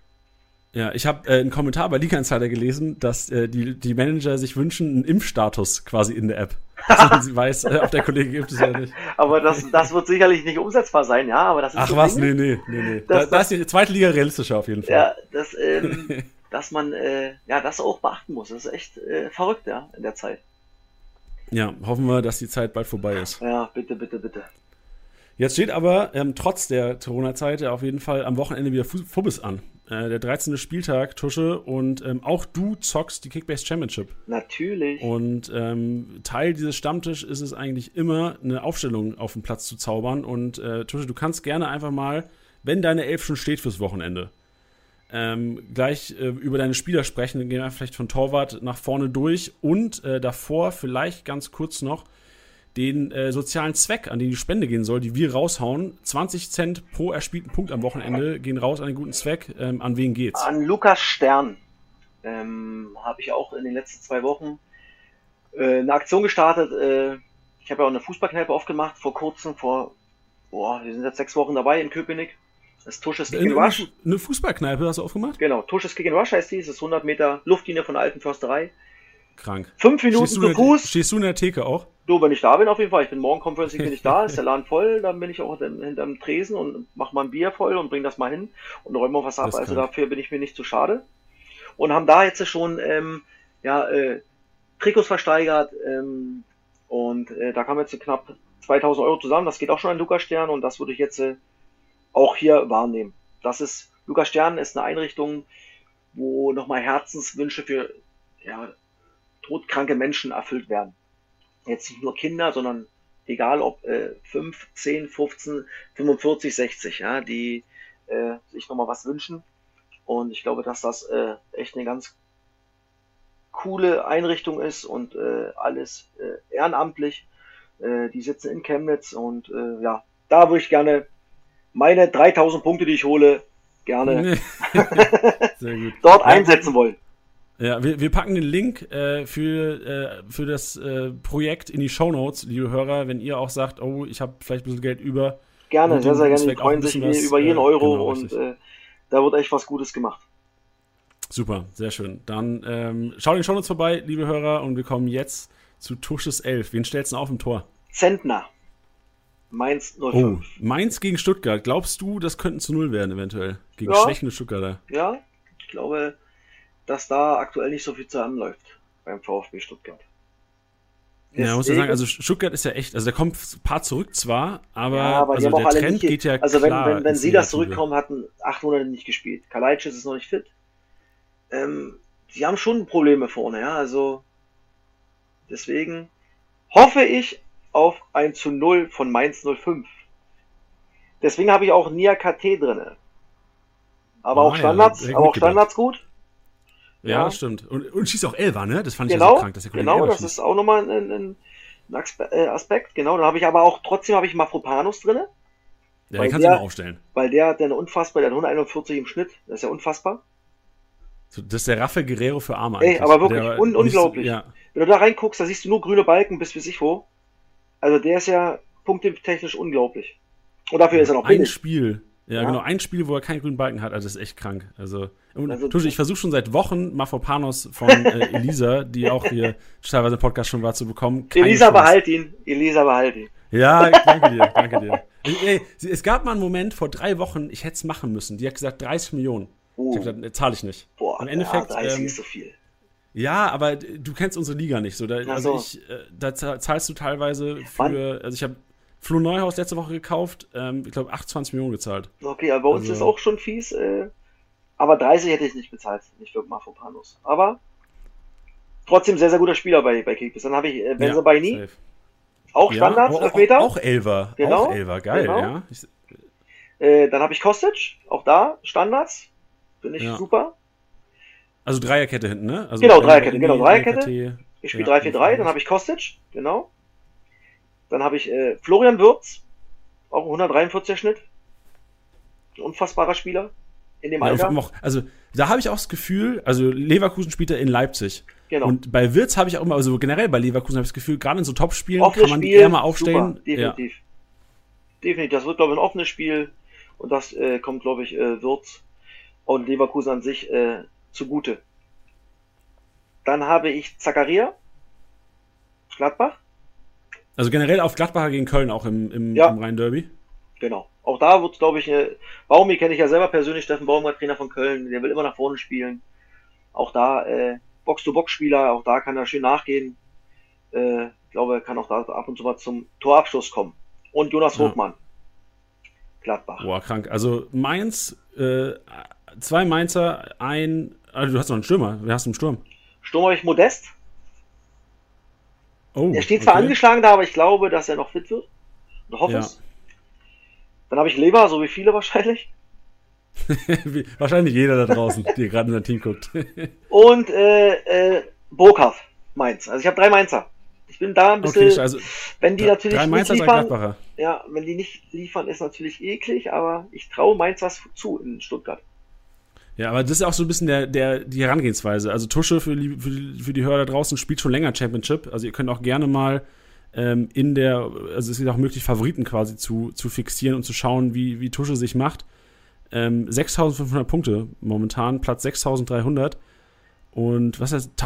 Ja, ich habe einen Kommentar bei Liga Insider gelesen, dass die Manager sich wünschen, einen Impfstatus quasi in der App. Also sie weiß, ob der Kollege geimpft ist oder nicht. Aber das wird sicherlich nicht umsetzbar sein, ja. Aber das ist Ach so was, Dinge, nee. Das- Da ist die zweite Liga realistischer auf jeden Fall. Ja, dass man das auch beachten muss. Das ist echt verrückt, ja, in der Zeit. Ja, hoffen wir, dass die Zeit bald vorbei ist. Ja, bitte, bitte, bitte. Jetzt steht aber trotz der Corona-Zeit auf jeden Fall am Wochenende wieder Fubbis an. Der 13. Spieltag, Tusche, und auch du zockst die Kickbase Championship. Natürlich. Und Teil dieses Stammtisch ist es eigentlich immer, eine Aufstellung auf den Platz zu zaubern. Und Tusche, du kannst gerne einfach mal, wenn deine 11 schon steht fürs Wochenende, gleich über deine Spieler sprechen. Dann gehen wir vielleicht von Torwart nach vorne durch und davor vielleicht ganz kurz noch den sozialen Zweck, an den die Spende gehen soll, die wir raushauen. 20 Cent pro erspielten Punkt am Wochenende gehen raus an einen guten Zweck. An wen geht's? An Lukas Stern habe ich auch in den letzten 2 Wochen eine Aktion gestartet. Ich habe ja auch eine Fußballkneipe aufgemacht vor kurzem, wir sind jetzt 6 Wochen dabei in Köpenick. Das Tusches Kick and Rush. Eine Fußballkneipe hast du aufgemacht? Genau, Tusches Kick and Rush heißt die. Das ist 100 Meter Luftlinie von der alten Försterei. Krank. 5 Minuten zu Fuß. Stehst du in der Theke auch? Du, wenn ich da bin, auf jeden Fall. Ich bin morgen Conference League, bin ich da, ist der Laden voll, dann bin ich auch hinterm Tresen und mach mal ein Bier voll und bring das mal hin und räume auch was ab. Also dafür bin ich mir nicht zu schade. Und haben da jetzt schon Trikots versteigert und da kamen jetzt knapp 2.000 Euro zusammen. Das geht auch schon an Lukas Stern und das würde ich jetzt auch hier wahrnehmen. Lukas Stern ist eine Einrichtung, wo nochmal Herzenswünsche für todkranke Menschen erfüllt werden. Jetzt nicht nur Kinder, sondern egal ob 5, 10, 15, 45, 60, ja, die sich nochmal was wünschen. Und ich glaube, dass das echt eine ganz coole Einrichtung ist und alles ehrenamtlich. Die sitzen in Chemnitz und da würde ich gerne meine 3.000 Punkte, die ich hole, gerne Sehr gut. dort einsetzen wollen. Ja, wir packen den Link für das Projekt in die Shownotes, liebe Hörer, wenn ihr auch sagt, oh, ich habe vielleicht ein bisschen Geld über. Gerne, sehr, sehr gerne. Die auch freuen ein sich bisschen was, über jeden Euro genau, und richtig. da wird echt was Gutes gemacht. Super, sehr schön. Dann schaut in den Shownotes vorbei, liebe Hörer, und wir kommen jetzt zu Tusches 11. Wen stellst du auf im Tor? Zentner. Mainz 05. Oh, Mainz gegen Stuttgart. Glaubst du, das könnten zu 0 werden eventuell? Gegen Ja. schwächende Stuttgarter. Ja, ich glaube, dass da aktuell nicht so viel zusammenläuft beim VfB Stuttgart. Ja, muss ja sagen, also Stuttgart ist ja echt, also da kommt ein paar zurück zwar, aber, Ja, aber die also haben auch der alle Trend nicht geht ja also klar wenn ins sie das Negative. zurückkommen, hatten 8 Monate nicht gespielt. Kalajdzic ist noch nicht fit. Sie haben schon Probleme vorne, ja, also deswegen hoffe ich auf ein zu 0 von Mainz 05. Deswegen habe ich auch Nia KT drinne. Aber Ah, auch Standards, ja, aber auch mitgedacht. Standards gut. Ja, das stimmt. Und schießt auch Elfer, ne? Das fand ich ja Genau, so krank, dass der Kollege genau, Elfer das schießt. ist auch nochmal ein Aspekt, genau. Dann habe ich aber auch, trotzdem habe ich Mafropanos drinne, Ja, den weil kannst du immer der, aufstellen. weil der hat eine unfassbar, der hat 141 im Schnitt, das ist ja unfassbar. So, das ist der Rafael Guerrero für Arme Ey, eigentlich. aber wirklich, Der nicht so, unglaublich. ja. Wenn du da reinguckst, da siehst du nur grüne Balken bis ich wo. Also der ist ja punktetechnisch unglaublich. Und dafür ist er noch Ein billig. Spiel. Ja, Ja. genau, ein Spiel, wo er keinen grünen Balken hat, also das ist echt krank. Also, Also, Tusche, ich versuche schon seit Wochen Mafropanos von Elisa, die auch hier teilweise im Podcast schon war, zu bekommen. Keine Elisa, Chance. behalt ihn. Elisa, behalt ihn. Ja, danke dir, danke dir. Es gab mal einen Moment vor 3 Wochen, ich hätte es machen müssen. Die hat gesagt 30 Millionen. Ich habe gesagt, ne, zahle ich nicht. Boah, Im Endeffekt, 30 ist so viel. ja, aber du kennst unsere Liga nicht. So, da, Ach also so. da zahlst du teilweise Wann? für, also ich habe Flo Neuhaus letzte Woche gekauft, ich glaube 28 Millionen gezahlt. Okay, aber bei uns Also- ist auch schon fies. Aber 30 hätte ich nicht bezahlt. Nicht für Mafropanos. Aber trotzdem sehr, sehr guter Spieler bei Kickbiss. Dann habe ich Benzo Baini. safe. Auch Standards, Ja, Elfmeter. auch Elfer. Genau, Auch Elfer, geil, genau. ja. Dann habe ich Kostic. Auch da Standards. Finde ich Ja. super. Also Dreierkette hinten, ne? Also Genau, Elfer, Dreierkette, Inni, genau, Dreierkette. NKT. Ich spiele Ja, 3-4-3. Dann habe ich Kostic. Genau. Dann habe ich Florian Wirtz. Auch ein 143er Schnitt. Ein unfassbarer Spieler. In dem Ja, Alter. auch, also da habe ich auch das Gefühl, also Leverkusen spielt er in Leipzig. Genau. Und bei Wirtz habe ich auch immer, also generell bei Leverkusen habe ich das Gefühl, gerade in so Topspielen Offenes kann man die Spiel, eher mal aufstellen. super, definitiv. Definitiv. Das wird, glaube ich, ein offenes Spiel. Und das kommt, glaube ich, Wirtz und Leverkusen an sich zugute. Dann habe ich Zakaria. Gladbach. Also generell auf Gladbacher gegen Köln auch im Ja. Rhein-Derby. Genau. Auch da wird, glaube ich, Baumi kenne ich ja selber persönlich, Steffen Baumgart, Trainer von Köln, der will immer nach vorne spielen. Auch da Box-to-Box-Spieler, auch da kann er schön nachgehen. Ich glaube, er kann auch da ab und zu mal zum Torabschluss kommen. Und Jonas Ja. Hofmann. Gladbach. Boah, krank. Also Mainz, 2 Mainzer, also du hast noch einen Stürmer. Wer hast du im Sturm? Sturm habe ich Modest. Oh, Er steht zwar angeschlagen da, aber ich glaube, dass er noch fit wird. Und hoffe Ja. es. Dann habe ich Lever, so wie viele wahrscheinlich. Wahrscheinlich jeder da draußen, der gerade in sein Team guckt. Und Burkhardt, Mainz. Also ich habe 3 Mainzer. Ich bin da ein bisschen, Okay, also wenn die natürlich 3 nicht Mainzer, 3 liefern, Gladbacher. ja, wenn die nicht liefern, ist natürlich eklig, aber ich traue Mainz was zu in Stuttgart. Ja, aber das ist auch so ein bisschen die Herangehensweise. Also Tusche für die Hörer da draußen spielt schon länger Championship. Also ihr könnt auch gerne mal also es ist auch möglich, Favoriten quasi zu fixieren und zu schauen, wie Tusche sich macht. 6.500 Punkte momentan, Platz 6.300 und was heißt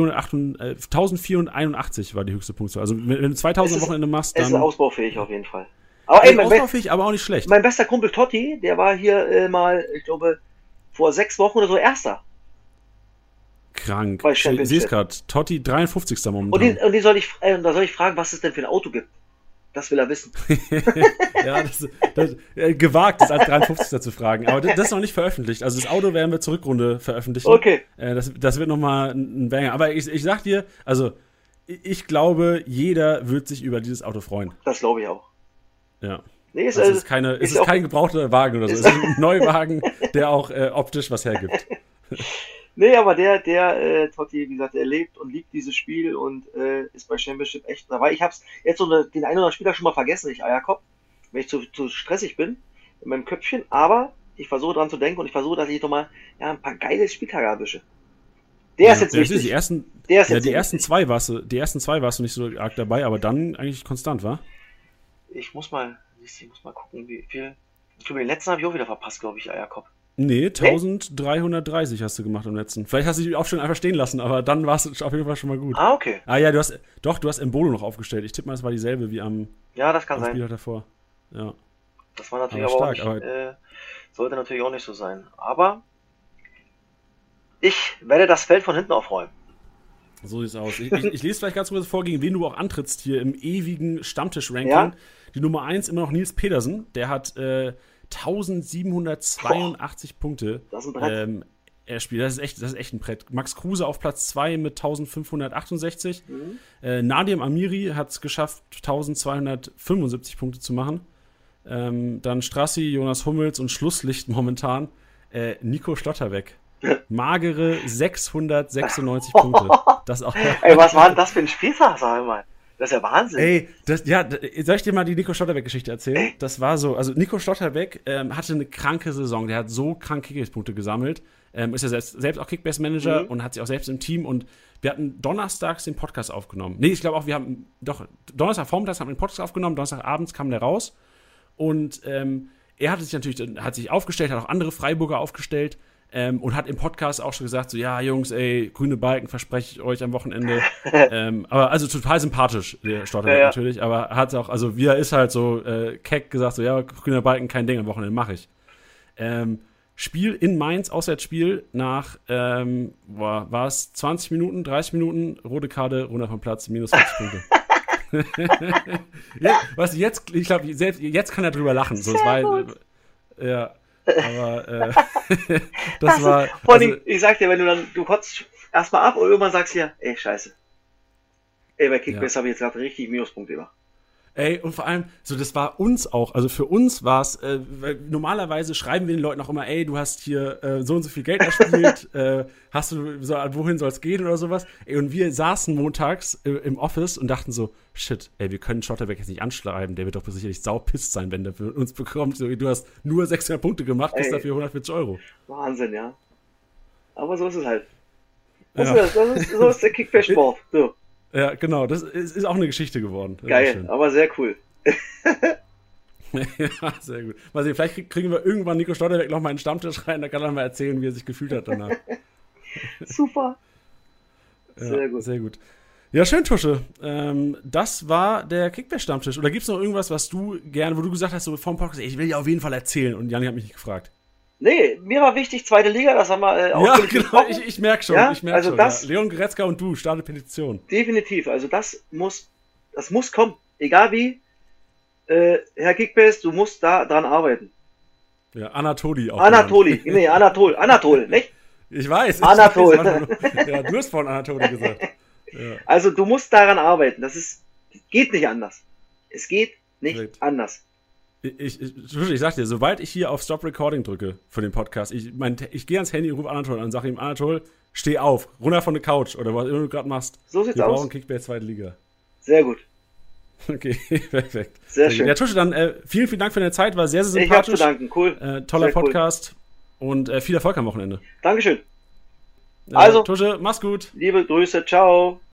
1.481 war die höchste Punktzahl. Also wenn du 2.000 am Wochenende machst, Es ist dann ausbaufähig auf jeden Fall. Aber ey, ausbaufähig, aber auch nicht schlecht. mein bester Kumpel Totti, der war hier mal, ich glaube, vor 6 Wochen oder so Erster. Krank. Bei Ich Championship. sehe es gerade. Totti 53. Und, momentan. und da soll ich fragen, was es denn für ein Auto gibt. Das will er wissen. Ja, gewagt, das als 53. zu fragen. Aber das ist noch nicht veröffentlicht. Also das Auto werden wir zur Rückrunde veröffentlichen. Okay. Das wird nochmal ein Banger. Aber ich sag dir, also ich glaube, jeder wird sich über dieses Auto freuen. Das glaube ich auch. Ja. Nee, Es ist kein gebrauchter Wagen oder so. Es ist ein Neuwagen, der auch optisch was hergibt. Nee, aber der Totti, wie gesagt, der lebt und liebt dieses Spiel und ist bei Championship echt dabei. Ich hab's jetzt so den einen oder anderen Spieler schon mal vergessen, ich Eierkopf, wenn ich zu stressig bin in meinem Köpfchen, aber ich versuche dran zu denken und ich versuche, dass ich doch mal ein paar geile Spieltage erwische. Der ist jetzt wichtig. Die ersten zwei warst du nicht so arg dabei, aber dann eigentlich konstant, wa? Ich muss mal gucken, wie viel. Ich glaube, den letzten habe ich auch wieder verpasst, glaube ich, Eierkopf. Nee, 1330 hast du gemacht am letzten. Vielleicht hast du die Aufstellung einfach stehen lassen, aber dann war es auf jeden Fall schon mal gut. Ah, okay. Ah ja, du hast Embolo noch aufgestellt. Ich tippe mal, es war dieselbe wie am Ja, das kann sein. Spieltag davor. Ja. Das war natürlich Aber aber stark, auch nicht, sollte natürlich auch nicht so sein. Aber ich werde das Feld von hinten aufräumen. So sieht's aus. Ich lese vielleicht ganz kurz vor, gegen wen du auch antrittst hier im ewigen Stammtisch-Ranking. Ja. Die Nummer 1 immer noch Nils Pedersen. Der hat 1782 Punkte. Das ist ein Brett. Er spielt. Das ist echt ein Brett. Max Kruse auf Platz 2 mit 1568. Nadim Amiri hat es geschafft, 1275 Punkte zu machen. Dann Strassi, Jonas Hummels und Schlusslicht momentan Nico Schlotterbeck. Magere 696 Punkte. Das auch. Ey, was war denn das für ein Spieltag, sag mal? Das ist ja Wahnsinn. Ey, soll ich dir mal die Nico Schlotterbeck-Geschichte erzählen? Das war so, also Nico Schlotterbeck hatte eine kranke Saison. Der hat so krank Kickbase-Punkte gesammelt. Ist ja selbst auch Kickbase-Manager und hat sich auch selbst im Team. Und wir hatten donnerstags den Podcast aufgenommen. Nee, ich glaube auch, Donnerstagvormittags haben wir den Podcast aufgenommen, Donnerstagabends kam der raus. Und er hat sich aufgestellt, hat auch andere Freiburger aufgestellt. Und hat im Podcast auch schon gesagt, so, ja, Jungs, ey, grüne Balken verspreche ich euch am Wochenende. Aber also total sympathisch, der Stotterbeck natürlich, aber hat auch, also wie er ist halt so keck gesagt, so, ja, grüner Balken, kein Ding, am Wochenende mache ich. Spiel in Mainz, Auswärtsspiel nach, war es 20 Minuten, 30 Minuten, rote Karte, runter vom Platz, minus 40 Punkte. Ja, was jetzt, ich glaube, jetzt kann er drüber lachen. So, es war, ja. Aber das war. Vor allem, also, ich sag dir, wenn du kotzt erstmal ab und irgendwann sagst du dir, ey, scheiße. Ey, bei Kickbase habe ich jetzt gerade richtig Minuspunkte gemacht. Ey, und vor allem, so, das war uns auch, also für uns war es, weil normalerweise schreiben wir den Leuten auch immer, ey, du hast hier so und so viel Geld erspielt, hast du, so, wohin soll es gehen oder sowas. Ey, und wir saßen montags im Office und dachten so, shit, ey, wir können Schlotterbeck jetzt nicht anschreiben, der wird doch sicherlich saupisst sein, wenn der für uns bekommt. So, du hast nur 600 Punkte gemacht, kriegst dafür 140 Euro. Wahnsinn, ja. Aber so ist es halt. So ist der Kickbase-Sport. So. Ja, genau, das ist auch eine Geschichte geworden. Geil, aber sehr cool. Ja, sehr gut. Mal sehen, vielleicht kriegen wir irgendwann Nico Schlotterbeck noch mal in den Stammtisch rein, da kann er mal erzählen, wie er sich gefühlt hat danach. Super. Sehr gut. Sehr gut. Ja, schön, Tusche. Das war der Kickbase-Stammtisch. Oder gibt es noch irgendwas, was du gerne, wo du gesagt hast, so vor dem Podcast, ich will ja auf jeden Fall erzählen und Janni hat mich nicht gefragt. Nee, mir war wichtig, zweite Liga, das haben wir auch. Ja, genau, ich merke schon. Ja, also das, ja. Leon Goretzka und du, startet Petition. Definitiv, also das muss kommen. Egal wie, Herr Kickbase, du musst da dran arbeiten. Ja, Anatoli auch. Anatol, nicht? Ich weiß. Anatol. Ja, du hast vorhin Anatoli gesagt. Ja. Also du musst daran arbeiten, geht nicht anders. Es geht nicht anders. Ich sag dir, sobald ich hier auf Stop Recording drücke für den Podcast, ich gehe ans Handy und rufe Anatol an und sage ihm, Anatol, steh auf, runter von der Couch oder was immer du gerade machst. So sieht's aus. Wir brauchen Kickbase zweite Liga. Sehr gut. Okay, perfekt. Sehr schön. Ja, Tusche, dann vielen, vielen Dank für deine Zeit, war sehr, sehr sympathisch. Ich hab zu danken, cool. Toller sehr Podcast cool. Und viel Erfolg am Wochenende. Dankeschön. Also, Tusche, mach's gut. Liebe Grüße, ciao.